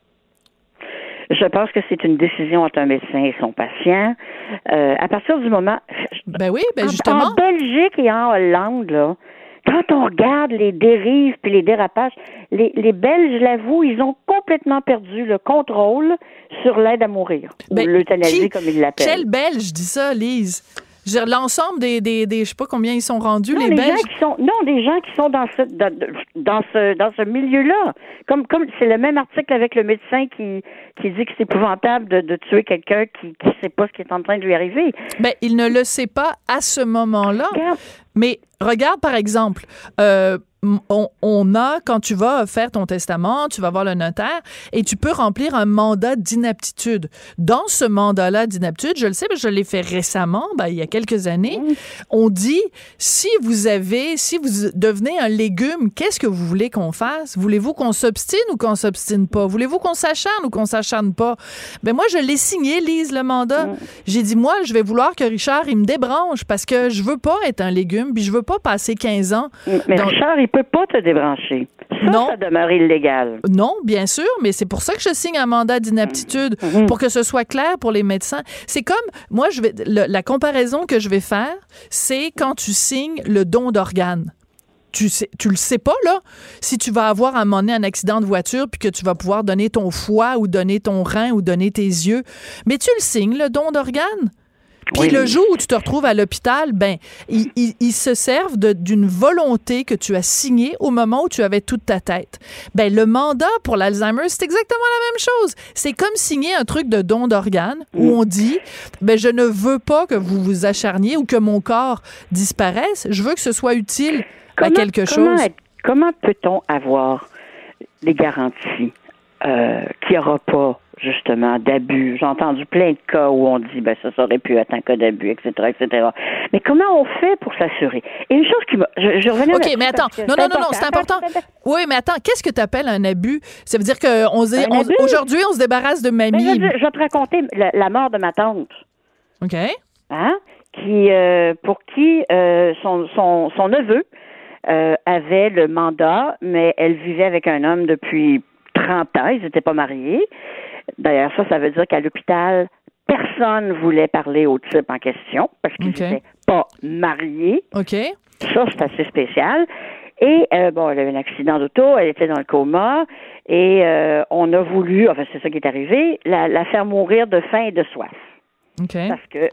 J: Je pense que c'est une décision entre un médecin et son patient. À partir du moment...
E: justement.
J: En Belgique et en Hollande, là, quand on regarde les dérives puis les dérapages, les Belges, je l'avoue, ils ont complètement perdu le contrôle sur l'aide à mourir. Ou l'euthanasie, comme ils l'appellent.
E: Quel Belge dit ça, Lise? Je veux dire, l'ensemble des je sais pas combien ils sont rendus, les Belges.
J: Des gens qui sont dans ce milieu-là. Comme c'est le même article avec le médecin qui dit que c'est épouvantable de tuer quelqu'un qui sait pas ce qui est en train de lui arriver.
E: Ben, il ne le sait pas à ce moment-là. Mais regarde, par exemple, on a, quand tu vas faire ton testament, tu vas voir le notaire et tu peux remplir un mandat d'inaptitude. Dans ce mandat-là d'inaptitude, je le sais, mais je l'ai fait récemment, il y a quelques années, on dit, si vous devenez un légume, qu'est-ce que vous voulez qu'on fasse? Voulez-vous qu'on s'obstine ou qu'on s'obstine pas? Voulez-vous qu'on s'acharne ou qu'on s'acharne pas? Ben moi, je l'ai signé, Lise, le mandat. J'ai dit, moi, je vais vouloir que Richard, il me débranche parce que je veux pas être un légume puis je veux pas passer 15 ans.
J: Mais Richard, il peut pas te débrancher. Ça demeure illégal.
E: Non, bien sûr, mais c'est pour ça que je signe un mandat d'inaptitude, pour que ce soit clair pour les médecins. C'est comme, moi, la comparaison que je vais faire, c'est quand tu signes le don d'organes. tu le sais pas, là, si tu vas avoir à un moment donné un accident de voiture puis que tu vas pouvoir donner ton foie ou donner ton rein ou donner tes yeux. Mais tu le signes, le don d'organes. Puis le jour où tu te retrouves à l'hôpital, ils se servent d'une volonté que tu as signée au moment où tu avais toute ta tête. Le mandat pour l'Alzheimer, c'est exactement la même chose. C'est comme signer un truc de don d'organes où on dit, je ne veux pas que vous vous acharniez ou que mon corps disparaisse. Je veux que ce soit utile à quelque chose.
J: Comment peut-on avoir les garanties qu'il n'y aura pas justement d'abus? J'ai entendu plein de cas où on dit ça aurait pu être un cas d'abus, etc., etc. Mais comment on fait pour s'assurer? Et une chose qui m'a... Je revenais
E: OK, mais attends. Non, c'est important. Oui, mais attends, qu'est-ce que tu appelles un abus? Ça veut dire qu'aujourd'hui, on se débarrasse de mamie.
J: Je vais te raconter la mort de ma tante.
E: OK.
J: Hein? Pour qui son neveu avait le mandat, mais elle vivait avec un homme depuis 30 ans. Ils n'étaient pas mariés. D'ailleurs, ça veut dire qu'à l'hôpital, personne ne voulait parler au type en question parce qu'ils n'étaient pas mariés.
E: OK.
J: Ça, c'est assez spécial. Et, elle avait un accident d'auto, elle était dans le coma, et on a voulu, c'est ça qui est arrivé, la faire mourir de faim et de soif.
E: OK.
J: Parce que,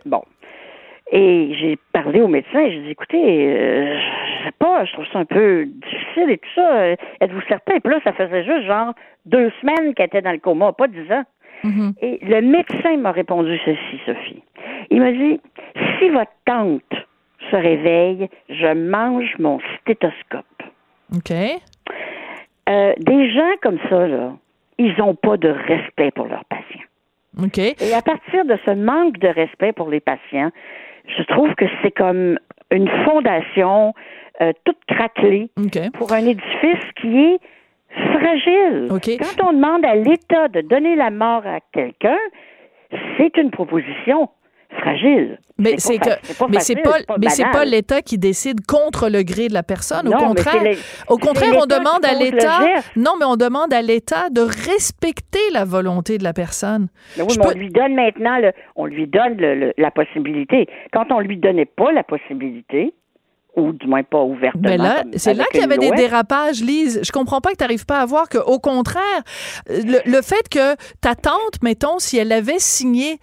J: et j'ai parlé au médecin, j'ai dit, écoutez, je sais pas, je trouve ça un peu difficile et tout ça. Êtes-vous certain? Puis là, ça faisait juste 2 semaines qu'elle était dans le coma, pas 10 ans. Mm-hmm. Et le médecin m'a répondu ceci, Sophie. Il m'a dit, si votre tante se réveille, je mange mon stéthoscope.
E: OK.
J: Des gens comme ça, là, ils n'ont pas de respect pour leurs patients.
E: OK.
J: Et à partir de ce manque de respect pour les patients, je trouve que c'est comme une fondation toute craquelée pour un édifice qui est fragile.
E: Okay.
J: Quand on demande à l'État de donner la mort à quelqu'un, c'est une proposition fragile.
E: Mais c'est pas l'État qui décide contre le gré de la personne.
J: Non,
E: on demande à l'État. Non, mais on demande à l'État de respecter la volonté de la personne.
J: Mais oui, on lui donne maintenant, on lui donne la possibilité. Quand on lui donnait pas la possibilité, ou du moins pas ouvertement.
E: Mais là, c'est là qu'il y avait des dérapages, Lise. Je comprends pas que tu n'arrives pas à voir qu'au contraire, le fait que ta tante, mettons, si elle avait signé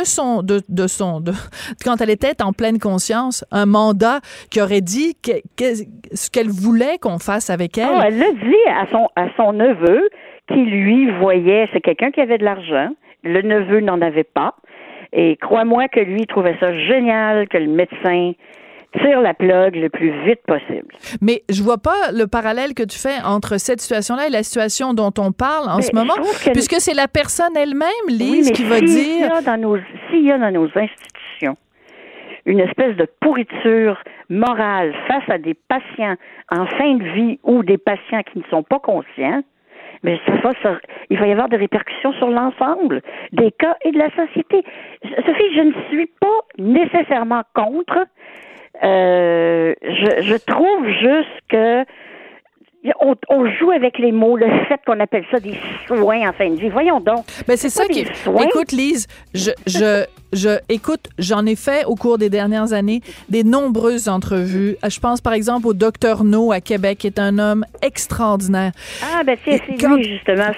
E: quand elle était en pleine conscience, un mandat qui aurait dit ce qu'elle voulait qu'on fasse avec elle.
J: Oh, elle l'a dit à son neveu, qui lui voyait, c'est quelqu'un qui avait de l'argent. Le neveu n'en avait pas. Et crois-moi que lui, il trouvait ça génial que le médecin tire la plug le plus vite possible.
E: Mais je vois pas le parallèle que tu fais entre cette situation-là et la situation dont on parle en ce moment, puisque c'est la personne elle-même, Lise, qui va dire... S'il y a
J: dans nos institutions une espèce de pourriture morale face à des patients en fin de vie ou des patients qui ne sont pas conscients, mais il va y avoir des répercussions sur l'ensemble des cas et de la société. Sophie, je ne suis pas nécessairement contre... je trouve juste que on joue avec les mots, le fait qu'on appelle ça des soins en fin de vie. Voyons donc.
E: Ben c'est ça qui. Écoute, Lise, j'en ai fait au cours des dernières années des nombreuses entrevues. Je pense par exemple au Dr No à Québec, qui est un homme extraordinaire.
J: Ah ben c'est lui justement.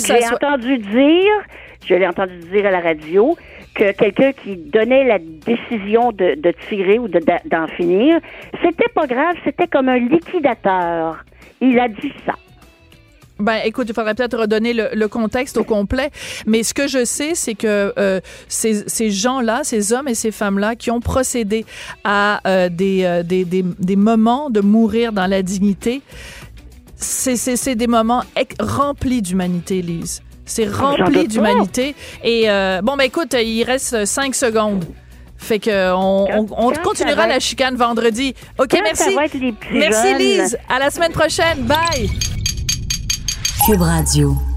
J: Je l'ai entendu dire à la radio que quelqu'un qui donnait la décision de tirer ou d'en finir, c'était pas grave, c'était comme un liquidateur. Il a dit ça.
E: Ben, écoute, il faudrait peut-être redonner le contexte au complet, mais ce que je sais, c'est que ces gens-là, ces hommes et ces femmes-là qui ont procédé à des moments de mourir dans la dignité, c'est des moments remplis d'humanité, Lise. C'est rempli d'humanité. Et écoute, il reste 5 secondes. Fait que on continuera la chicane vendredi. OK, merci. Merci, Lise. À la semaine prochaine. Bye.
C: Cube Radio.